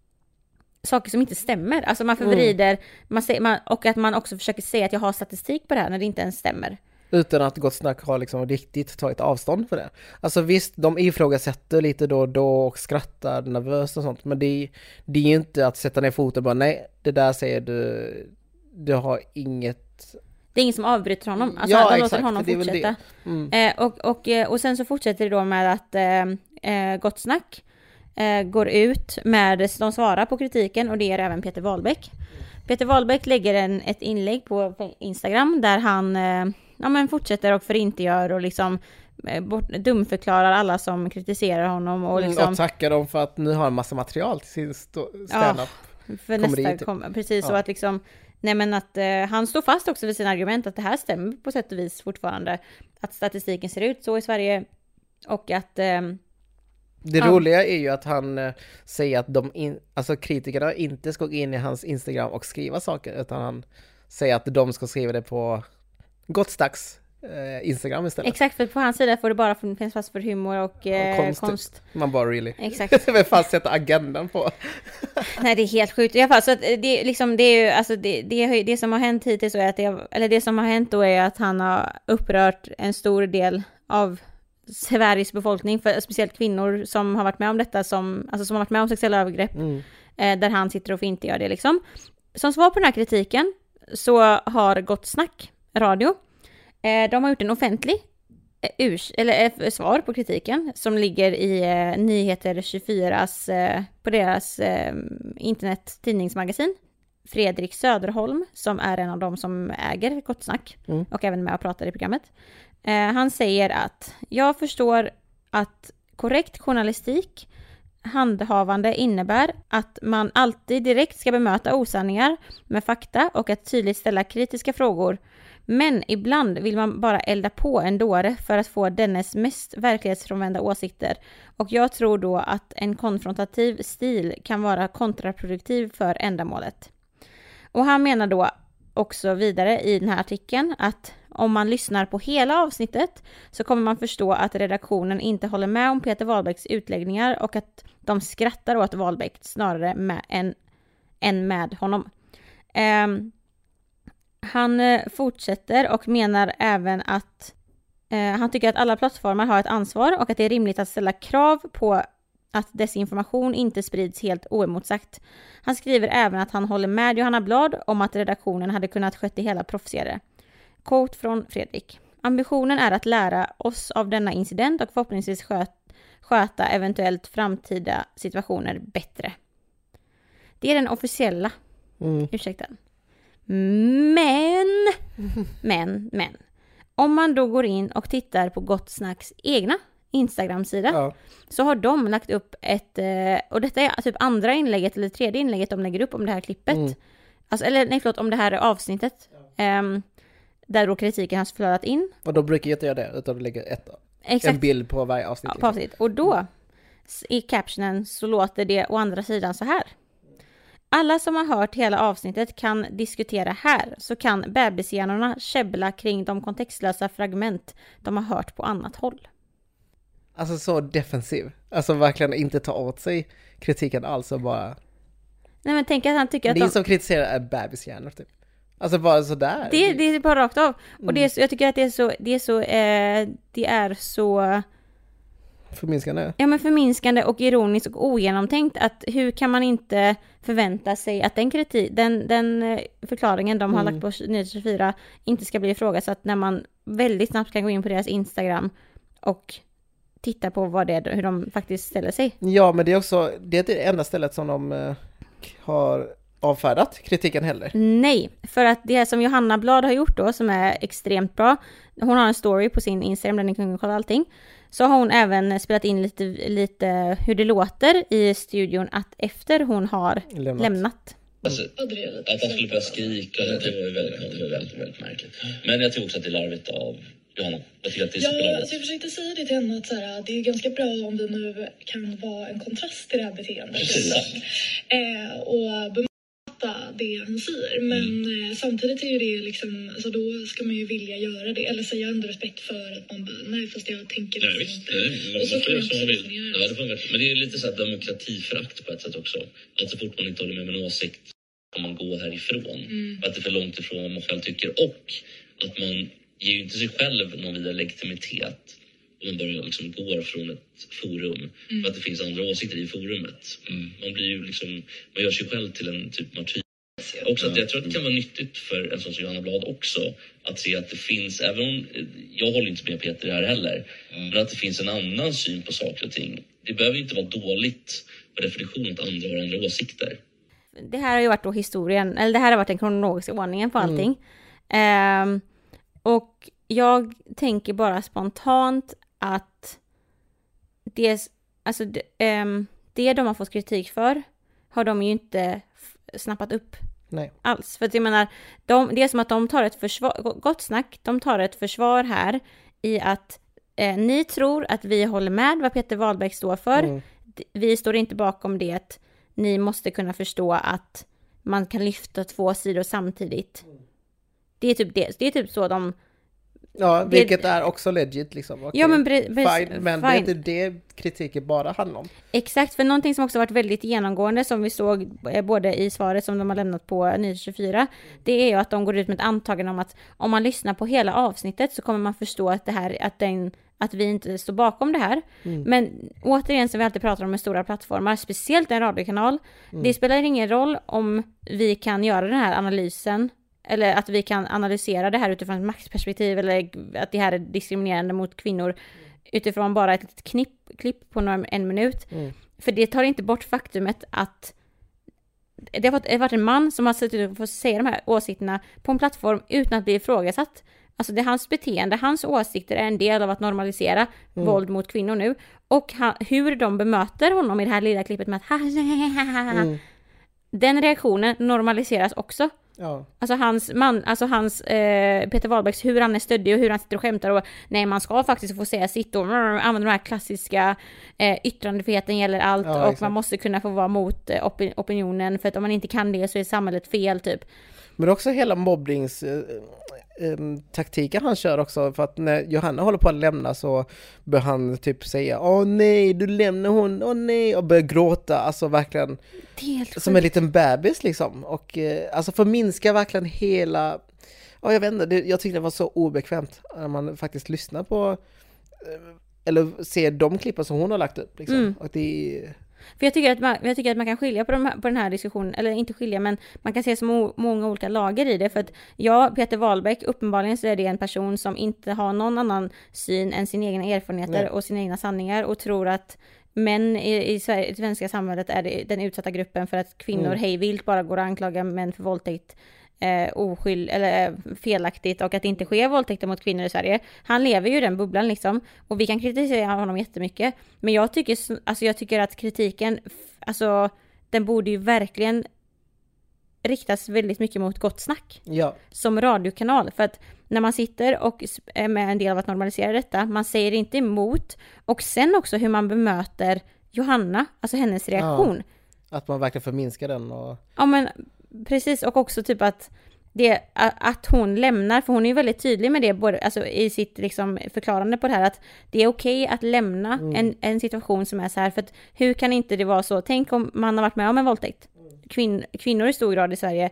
saker som inte stämmer. Alltså man förvrider mm. man säger, man, och att man också försöker säga att jag har statistik på det här när det inte ens stämmer. Utan att Gott Snack har liksom riktigt tagit avstånd för det. Alltså visst, de ifrågasätter lite då och då och skrattar nervöst och sånt. Men det, det är ju inte att sätta ner foten och bara nej, det där säger du, du har inget... Det är ingen som avbryter honom. Alltså ja, de exakt, låter honom fortsätta. Mm. Eh, och, och, och sen så fortsätter det då med att eh, Gott Snack eh, går ut med, de svarar på kritiken och det är även Peter Wahlbeck. Peter Wahlbeck lägger en, ett inlägg på Instagram där han eh, ja, men fortsätter och förintgör och liksom eh, bort, dumförklarar alla som kritiserar honom. Och, liksom, mm, och tackar dem för att nu har en massa material till sin stand-up. Ja, för nästa typ. kom, precis, ja. Så att liksom nej men att eh, han står fast också vid sina argument att det här stämmer på sätt och vis fortfarande. Att statistiken ser ut så i Sverige och att... Eh, det ja. roliga är ju att han eh, säger att de in, alltså kritikerna inte ska gå in i hans Instagram och skriva saker utan han säger att de ska skriva det på Gott Snacks eh, Instagram istället. Exakt, för på hans sida får det bara finnas fast för humor och eh, ja, konst. konst. Man bara really. Exakt. Det vill fast sätta agendan på. Nej, det är helt sjukt. I alla fall så att det liksom det är ju alltså det det det som har hänt hittills så är att det eller det som har hänt då är att han har upprört en stor del av Sveriges befolkning, för speciellt kvinnor som har varit med om detta som alltså som har varit med om sexuella övergrepp mm. eh, där han sitter och inte gör det liksom. Som svar på den här kritiken så har Gott Snack radio eh, de har gjort en offentlig Urs, eller svar på kritiken som ligger i eh, Nyheter tjugofyras eh, på deras eh, internet tidningsmagasin. Fredrik Söderholm som är en av dem som äger Gott Snack mm. och även med och pratar i programmet. Eh, han säger att jag förstår att korrekt journalistik handhavande innebär att man alltid direkt ska bemöta osanningar med fakta och att tydligt ställa kritiska frågor. Men ibland vill man bara elda på en dåre för att få dennes mest verklighetsfrånvända åsikter. Och jag tror då att en konfrontativ stil kan vara kontraproduktiv för ändamålet. Och han menar då också vidare i den här artikeln att om man lyssnar på hela avsnittet så kommer man förstå att redaktionen inte håller med om Peter Wahlbecks utläggningar och att de skrattar åt Wahlbeck snarare med än, än med honom. Um, han uh, fortsätter och menar även att uh, han tycker att alla plattformar har ett ansvar och att det är rimligt att ställa krav på att desinformation inte sprids helt oemotsagt. Han skriver även att han håller med Johanna Blad om att redaktionen hade kunnat sköta det hela proffsigare. Quote från Fredrik. Ambitionen är att lära oss av denna incident och förhoppningsvis sköt, sköta eventuellt framtida situationer bättre. Det är den officiella mm. ursäkten. Men, men, men. Om man då går in och tittar på Gott Snacks egna Instagram-sida ja. så har de lagt upp ett, och detta är typ andra inlägget eller tredje inlägget de lägger upp om det här klippet. Mm. Alltså, eller nej förlåt, om det här avsnittet. Ja. Um, där då kritiken har flödat in. Och då brukar jag inte göra det, utan de lägger ett, en bild på varje avsnitt. Ja, på avsnitt. Och då, i captionen så låter det å andra sidan så här. Alla som har hört hela avsnittet kan diskutera här, så kan bebishjärnorna käbbla kring de kontextlösa fragment de har hört på annat håll. Alltså så defensiv. Alltså verkligen inte ta åt sig kritiken alls och bara... Nej men tänk att han tycker att det de... som kritiserar är bebishjärnor typ. Alltså bara sådär. Det, det är bara rakt av. Mm. Och det är så, jag tycker att det är så, det är så, eh, det är så... Förminskande. Ja men förminskande och ironiskt och ogenomtänkt att hur kan man inte förvänta sig att den kritik, den, den förklaringen de har mm. lagt på Nyheter tjugofyra inte ska bli ifrågasatt när man väldigt snabbt kan gå in på deras Instagram och titta på vad det är, hur de faktiskt ställer sig. Ja men det är också, det är det enda stället som de uh, har avfärdat kritiken heller. Nej, för att det som Johanna Blad har gjort då som är extremt bra, hon har en story på sin Instagram där ni kan kolla allting. Så har hon även spelat in lite, lite hur det låter i studion att efter hon har lämnat. lämnat. Alltså, att han skulle börja skrika, det var ju väldigt, väldigt, väldigt, väldigt märkligt. Men jag tror också att det är larvigt av Johanna. Jag tycker att det är ja, alltså jag försökte säga det till henne att så här, det är ganska bra om det nu kan vara en kontrast till det här beteendet. Precis. Eh, och det han säger, men mm. eh, samtidigt är ju det liksom, alltså då ska man ju vilja göra det, eller säga ändå respekt för att man bara, nej fast jag tänker nej, visst, inte. Nej, och så kan man som vill. Ja, det får man, men det är lite så här demokratiförakt på ett sätt också, att så fort man inte håller med med en åsikt kan man gå härifrån, mm. att det är för långt ifrån vad man själv tycker, och att man ger ju inte sig själv någon vidare legitimitet om man bara liksom går från ett forum mm. för att det finns andra åsikter i forumet. Mm. Man blir ju liksom, man gör sig själv till en typ martyr. Också att jag tror att det kan vara nyttigt för en sån som Johanna Blad också att se att det finns, även om jag håller inte med Peter här heller, mm. men att det finns en annan syn på saker och ting. Det behöver inte vara dåligt för definition att andra har andra åsikter. Det här har ju varit då historien, eller det här har varit den kronologiska ordningen på allting. Mm. Um, och jag tänker bara spontant att det, alltså, det, um, det de har fått kritik för har de ju inte snappat upp. Nej. Alls. För att jag menar, de, det är som att de tar ett försvar, Gott Snack, de tar ett försvar här i att eh, ni tror att vi håller med vad Peter Wahlbeck står för. Mm. Vi står inte bakom det. Ni måste kunna förstå att man kan lyfta två sidor samtidigt. Mm. Det är typ det. Det är typ så de... Ja, vilket det, är också legit liksom. Okay. Ja, men, bre, bre, fine, men fine. Det är inte det kritiken bara handlar om. Exakt, för någonting som också varit väldigt genomgående som vi såg både i svaret som de har lämnat på Nyheter tjugofyra, det är ju att de går ut med ett antagande om att om man lyssnar på hela avsnittet så kommer man förstå att det här, att, den, att vi inte står bakom det här. Mm. Men återigen som vi alltid pratar om med stora plattformar, speciellt en radiokanal, mm. det spelar ingen roll om vi kan göra den här analysen eller att vi kan analysera det här utifrån ett maktperspektiv eller att det här är diskriminerande mot kvinnor utifrån bara ett litet knipp, klipp på några, en minut. Mm. För det tar inte bort faktumet att det har varit, det har varit en man som har suttit och fått säga de här åsikterna på en plattform utan att bli ifrågasatt. Alltså det är hans beteende, hans åsikter är en del av att normalisera mm. våld mot kvinnor nu. Och ha, hur de bemöter honom i det här lilla klippet med att mm. den reaktionen normaliseras också. Ja. Alltså hans man, alltså hans eh, Peter Wahlbecks, hur han är stöddig och hur han sitter och skämtar och nej, man ska faktiskt få säga sitt och rrr, använda de här klassiska eh, yttrandefriheten gäller allt ja, och exakt. Man måste kunna få vara mot eh, opi- opinionen för att om man inte kan det så är samhället fel typ. Men också hela mobbnings eh, eh, taktiken han kör också, för att när Johanna håller på att lämna så börjar han typ säga åh nej, du lämnar hon, åh nej, och börjar gråta, alltså verkligen som en liten bebis liksom, och eh, alltså förminska verkligen hela, ja jag vet inte, det, jag tyckte det var så obekvämt när man faktiskt lyssnar på eh, eller ser de klippen som hon har lagt upp liksom, mm. och det För jag tycker, att man, jag tycker att man kan skilja på, de här, på den här diskussionen, eller inte skilja, men man kan se så mo- många olika lager i det. För att ja, Peter Wahlbeck, uppenbarligen så är det en person som inte har någon annan syn än sina egna erfarenheter Nej. och sina egna sanningar och tror att män i, i, Sverige, i det svenska samhället är det, den utsatta gruppen för att kvinnor mm. hej vilt bara går och anklagar män för våldtäkt. Eh, oskyld, eller eh, felaktigt och att det inte sker våldtäkter mot kvinnor i Sverige. Han lever ju i den bubblan liksom och vi kan kritisera honom jättemycket, men jag tycker, alltså jag tycker att kritiken alltså den borde ju verkligen riktas väldigt mycket mot Gott Snack ja. som radiokanal, för att när man sitter och är med en del av att normalisera detta, man säger inte emot, och sen också hur man bemöter Johanna, alltså hennes reaktion. Ja, att man verkligen förminskar den och... Ja men precis, och också typ att det, att hon lämnar, för hon är ju väldigt tydlig med det både, alltså i sitt liksom förklarande på det här, att det är okej att lämna mm. en, en situation som är så här, för att hur kan inte det vara så, tänk om man har varit med om en våldtäkt, Kvin, kvinnor i stor grad i Sverige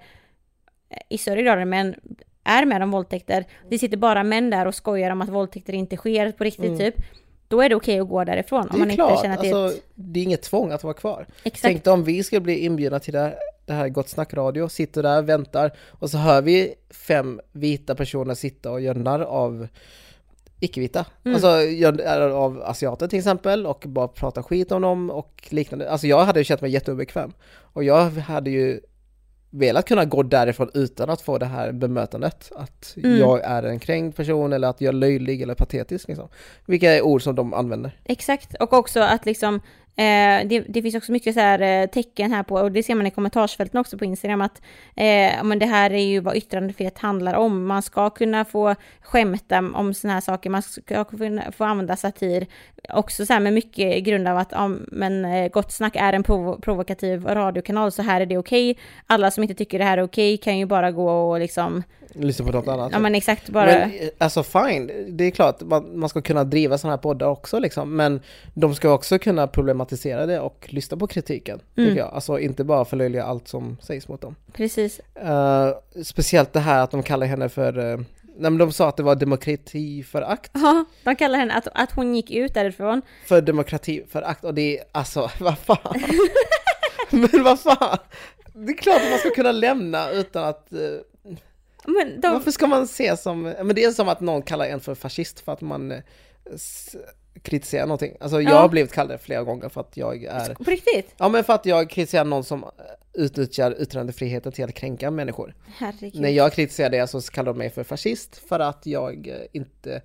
i större grad men är med om våldtäkter, det sitter bara män där och skojar om att våldtäkter inte sker på riktigt mm. typ, då är det okej att gå därifrån om man klart. inte känner att alltså, det är ett... det är inget tvång att vara kvar. Exakt. Tänk om vi ska bli inbjudna till det här, det här Gott Snack Radio, sitter där, väntar och så hör vi fem vita personer sitta och göra av icke-vita. Mm. Alltså gör av asiater till exempel och bara prata skit om dem och liknande. Alltså jag hade ju känt mig jätteobekväm och jag hade ju velat kunna gå därifrån utan att få det här bemötandet att mm. jag är en kränkt person eller att jag är löjlig eller patetisk liksom. Vilka är ord som de använder. Exakt, och också att liksom eh, det, det finns också mycket så här eh, tecken här på, och det ser man i kommentarsfälten också på Instagram, att eh, men det här är ju vad yttrandefrihet handlar om. Man ska kunna få skämta om såna här saker, man ska kunna få använda satir också så här med mycket grund av att om, men eh, Gott Snack är en prov- provokativ radiokanal, så här är det okej. Alla som inte tycker det här är okej kan ju bara gå och liksom lyssna på något annat. Ja men exakt, bara... Men, alltså fine, det är klart man, man ska kunna driva sådana här poddar också liksom, men de ska också kunna problematisera det och lyssna på kritiken, mm. tycker jag. Alltså inte bara förlöjliga allt som sägs mot dem. Precis. Uh, speciellt det här att de kallar henne för... Uh, nej, men de sa att det var demokratiförakt. Ja, de kallar henne att, att hon gick ut därifrån. För demokratiförakt, och det är alltså, vad fan? Men vad fan? Det är klart att man ska kunna lämna utan att... Uh, Men de... Varför ska man se som... Men det är som att någon kallar en för fascist för att man eh, s- kritiserar någonting. Alltså jag ja. har blivit kallad flera gånger för att jag är... På riktigt? Ja, men för att jag kritiserar någon som utnyttjar yttrandefriheten till att kränka människor. Herregud. När jag kritiserar det så kallar de mig för fascist för att jag eh, inte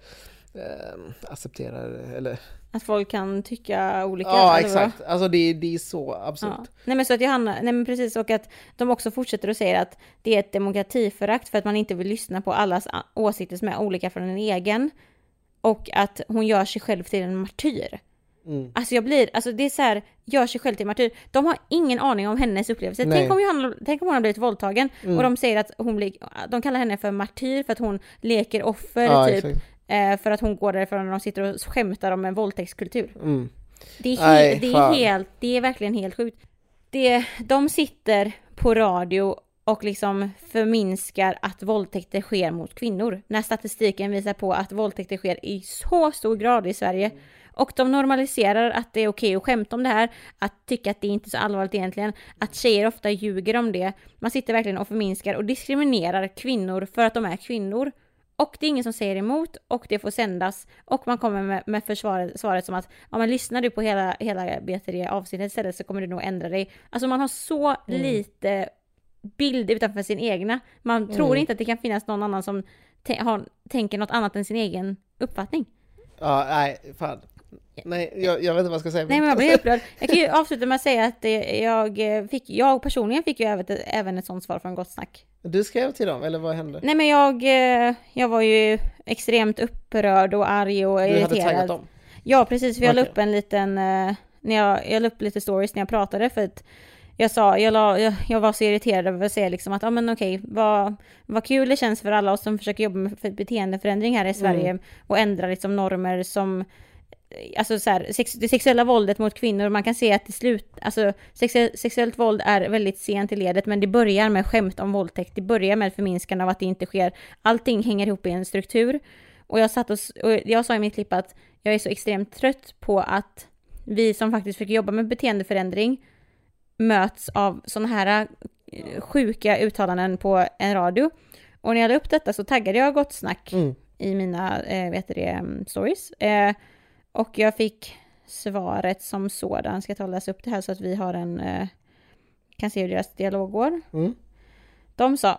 eh, accepterar eller... Att folk kan tycka olika. Ja, exakt. Vad? Alltså det, det är så absurt. Ja. Nej men så att Johanna, nej men precis, och att de också fortsätter att säga att det är ett demokratiförakt för att man inte vill lyssna på allas åsikter som är olika från en egen. Och att hon gör sig själv till en martyr. Mm. Alltså jag blir, alltså det är så här, gör sig själv till martyr. De har ingen aning om hennes upplevelse. Tänk om, Johanna, tänk om hon har blivit våldtagen mm. och de säger att hon blir, de kallar henne för martyr för att hon leker offer ja, typ. Exakt. För att hon går därifrån när de sitter och skämtar om en våldtäktskultur. Mm. Det, är he- Nej, det, är helt, det är verkligen helt sjukt. Det, de sitter på radio och liksom förminskar att våldtäkter sker mot kvinnor. När statistiken visar på att våldtäkter sker i så stor grad i Sverige. Mm. Och de normaliserar att det är okej att skämta om det här. Att tycka att det inte är så allvarligt egentligen. Att tjejer ofta ljuger om det. Man sitter verkligen och förminskar och diskriminerar kvinnor för att de är kvinnor. Och det är ingen som säger emot och det får sändas och man kommer med, med försvaret, svaret som att ja, men lyssnar du på hela, hela B T D-avsnittet istället så kommer du nog ändra dig. Alltså man har så mm. lite bild utanför sin egna. Man mm. tror inte att det kan finnas någon annan som t- har, tänker något annat än sin egen uppfattning. Ja, nej, fan. Nej, jag, jag vet inte vad jag ska säga. Nej, men jag blir upprörd. Jag kan ju avsluta med att säga att det, jag, fick, jag personligen fick ju även, även ett sånt svar från Gott Snack. Du skrev till dem, eller vad hände? Nej, men jag, jag var ju extremt upprörd och arg och irriterad. Du hade taggat dem? Ja, precis. För jag okay. la upp en liten... När jag, jag la upp lite stories när jag pratade, för att jag sa, jag, la, jag, jag var så irriterad över att säga liksom att, ja men okej, vad, vad kul det känns för alla oss som försöker jobba med beteendeförändring här i Sverige mm. och ändra liksom normer som, alltså så här, sex, det sexuella våldet mot kvinnor, man kan se att till slut, alltså sex, sexuellt våld är väldigt sent i ledet, men det börjar med skämt om våldtäkt, det börjar med förminskande av att det inte sker, allting hänger ihop i en struktur, och jag satt och, och jag sa i mitt klipp att jag är så extremt trött på att vi som faktiskt försöker jobba med beteendeförändring möts av sådana här sjuka uttalanden på en radio. Och när jag la upp detta så taggade jag Gott Snack mm. i mina eh, vet det, stories. Eh, och jag fick svaret som sådan. Ska jag ta och läsa upp det här så att vi har en eh, kan se hur deras dialog går. Mm. De sa: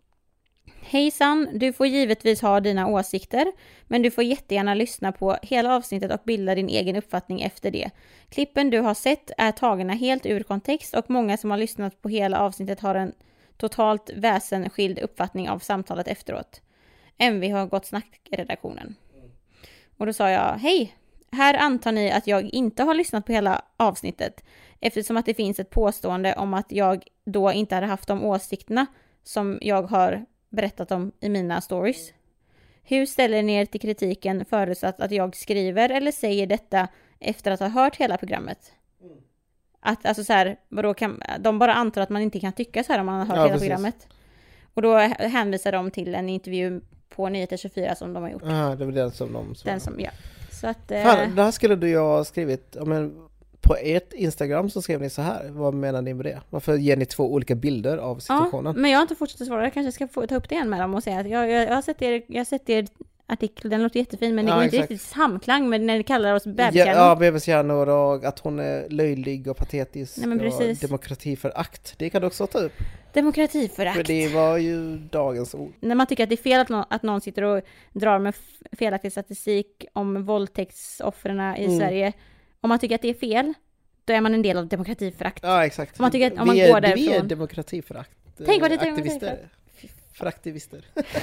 Hejsan, du får givetvis ha dina åsikter, men du får jättegärna lyssna på hela avsnittet och bilda din egen uppfattning efter det. Klippen du har sett är tagna helt ur kontext och många som har lyssnat på hela avsnittet har en totalt väsensskild uppfattning av samtalet efteråt. M V har Gott Snack-redaktionen. Och då sa jag: hej, här antar ni att jag inte har lyssnat på hela avsnittet eftersom att det finns ett påstående om att jag då inte hade haft de åsikterna som jag har berättat om i mina stories. Hur ställer ni er till kritiken förutsatt att jag skriver eller säger detta efter att ha hört hela programmet? Mm. Att alltså så här, vadå kan, de bara antar att man inte kan tycka så här om man har hört ja, hela precis. Programmet. Och då hänvisar de till en intervju på Nyheter tjugofyra som de har gjort. Ja, det var den som de svarade. Den som, ja. Så att, Fan, eh... där skulle du ju ha skrivit, men på ert Instagram så skrev ni så här. Vad menar ni med det? Varför ger ni två olika bilder av situationen? Ja, men jag har inte fortsatt att svara. Jag kanske ska få ta upp det igen med dem och säga att jag, jag, jag har sett er, jag har sett er artikel. Den låter jättefin, men det ja, går inte exakt. Riktigt samklang med när ni kallar oss bebishjärnor. Ja, ja bebishjärnor och att hon är löjlig och patetisk. Nej, och demokratiförakt. Det kan du också ta upp. Demokratiförakt. För det var ju dagens ord. När man tycker att det är fel att någon, att någon sitter och drar med felaktig statistik om våldtäktsoffren i mm. Sverige. Om man tycker att det är fel, då är man en del av demokratiförakt. Ja, exakt. Om man tycker att, om man vi, är, går därifrån. vi är demokratiförakt. Tänk vad det är aktivister. Föraktivister.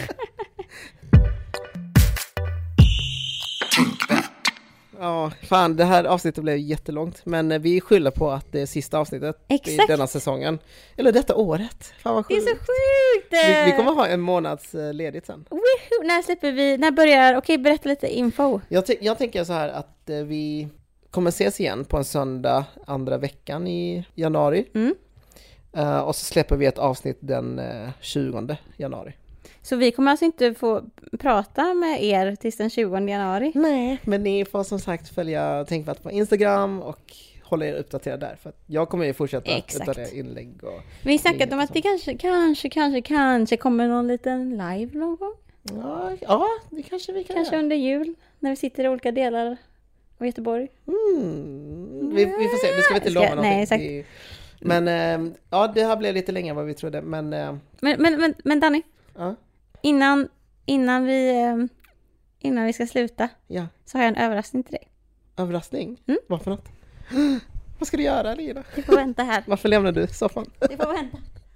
Ja, fan, det här avsnittet blev jättelångt. Men vi skyller på att det är sista avsnittet exakt. I denna säsongen. Eller detta året. Fan vad sjukt. Det är så sjukt! Vi, vi kommer ha en månads ledigt sen. Woohoo! När släpper vi? När börjar? Okej, berätta lite info. Jag, t- jag tänker så här att vi kommer ses igen på en söndag andra veckan i januari. Mm. Uh, och så släpper vi ett avsnitt den uh, tjugonde januari. Så vi kommer alltså inte få prata med er tills den tjugonde januari? Nej, men ni får som sagt följa Tänkvärt på Instagram och hålla er uppdaterade där. För att jag kommer ju fortsätta uppdatera inlägg. Och vi har snackat om att det kanske, kanske, kanske, kanske kommer någon liten live någon gång. Ja, ja det kanske vi kan Kanske göra. Under jul, när vi sitter i olika delar av Göteborg. Mm. Vi, vi får se, nu ska vi inte lova någonting. Nej, exakt. Vi, men äh, ja, det här blev lite längre än vad vi trodde. Men, äh, men, men, men, men Danny, ja? innan, innan, vi, äh, innan vi ska sluta ja. Så har jag en överraskning till dig. Överraskning? Mm? Vad för något? Vad ska du göra, Lina? Du får vänta här. Varför lämnar du soffan? Du får vänta.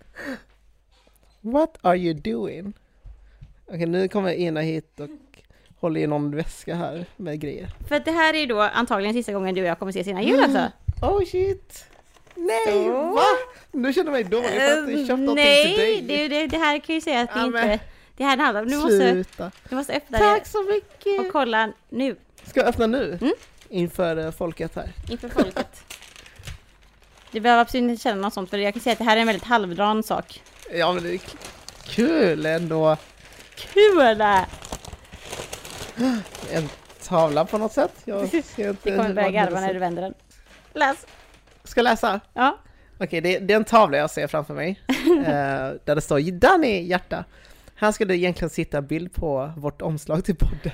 What are you doing? Okej, okay, nu kommer Ina hit och håller i någon väska här med grejer. För att det här är då antagligen sista gången du och jag kommer se sina jul alltså. Oh shit! Nej, så. Va? Nu känner jag mig dålig för att jag köpt någonting Nej, till dig. Nej, det, det, det här kan ju säga att det ja, inte... Men. Det här handlar om... Du måste, du måste öppna Tack det så mycket. och kolla nu. Ska jag öppna nu? Mm? Inför uh, folket här. Inför folket. Du behöver absolut inte känna något sånt, för jag kan säga att det här är en väldigt halvdran sak. Ja, men det är k- kul ändå. Kul! En tavla på något sätt. Jag ser inte det kommer börja garva när du vänder den. Läs. Ska jag läsa? Ja. Okej, det, det är en tavla jag ser framför mig. eh, där det står Danny hjärta. Här ska det egentligen sitta bild på vårt omslag till podden.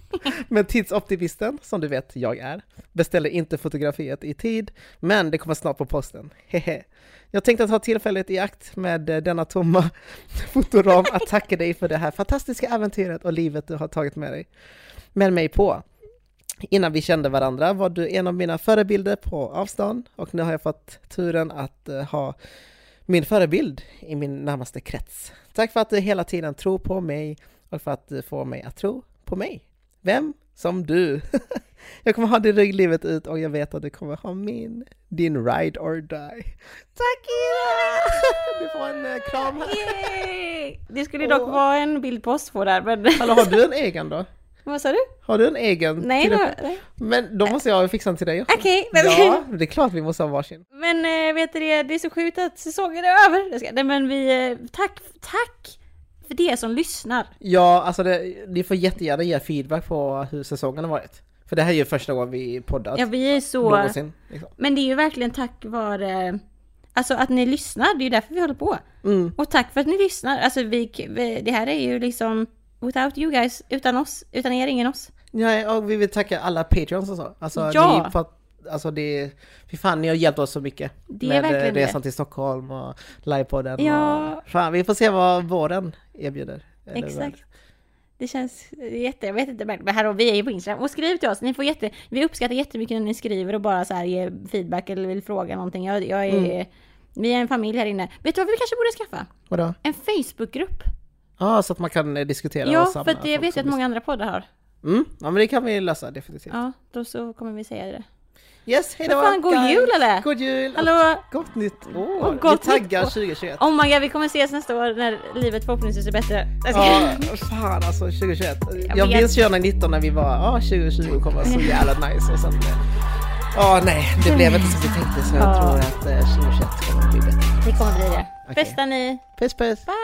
Men tidsoptimisten, som du vet jag är, beställer inte fotografiet i tid, men det kommer snart på posten. Hehe. Jag tänkte att ha tillfället i akt med denna tomma fotoram att tacka dig för det här fantastiska äventyret och livet du har tagit med dig. Med mig på. Innan vi kände varandra var du en av mina förebilder på avstånd, och nu har jag fått turen att uh, ha min förebild i min närmaste krets. Tack för att du hela tiden tror på mig och för att du får mig att tro på mig. Vem som du. Jag kommer ha din rygg livet ut, och jag vet att du kommer ha min, din ride or die. Tack Ida! Du får en uh, kram här. Yay! Det skulle dock oh. vara en bildpost på där. Men... Hallå, har du en egen då? Vad sa du? Har du en egen? Nej, då, nej. Men då måste jag fixa den till dig också. Okej. Okay, ja, det är klart vi måste ha varsin. Men äh, vet du det, det är så sjukt att säsongen är över. Nej, men vi, äh, tack, tack för det som lyssnar. Ja, alltså det, ni får jättegärna ge feedback på hur säsongen har varit. För det här är ju första gången vi poddat. Ja, vi är så... Någonsin, liksom. Men det är ju verkligen tack vare... Alltså att ni lyssnar, det är ju därför vi håller på. Mm. Och tack för att ni lyssnar. Alltså vi, vi, det här är ju liksom... Without you guys, utan oss, utan er, ingen oss. Ja, och vi vill tacka alla Patreons och så. Alltså, ja. Ni på, alltså det, fy fan, ni har hjälpt oss så mycket. Det är med verkligen resan det. till Stockholm och livepodden. Ja. Och, fan, vi får se vad våren erbjuder. Eller exakt. väl. Det känns jätte, jag vet inte, men här och vi är ju på Instagram. Och skriv till oss, ni får jätte, vi uppskattar jättemycket när ni skriver och bara så här ger feedback eller vill fråga någonting. Jag, jag är, mm. Vi är en familj här inne. Vet du vad vi kanske borde skaffa? Vadå? En Facebookgrupp. Ja, ah, så att man kan diskutera. Ja, och samla för att jag vet att många andra poddar har. Mm, ja men det kan vi lösa definitivt. Ja, då så kommer vi säga det. Yes, hej då. Fan, god guys. Jul eller? God jul. Hallå. Gott nytt år. Och gott vi taggar tjugohundratjugoett. Oh my god, vi kommer ses nästa år när livet förhoppningsvis är bättre. Ja, fan alltså tjugohundratjugoett. Jag, jag minns tjugonitton när vi var, ja ah, tjugohundratjugo kommer vara så jävla nice och sen... Ja, oh, nej, det blev inte som vi tänkte, så jag ja. tror att eh, tjugohundratjugoett kommer bli bättre. Det kommer bli det. Okay. Bästa ni. Puss, puss. Bye.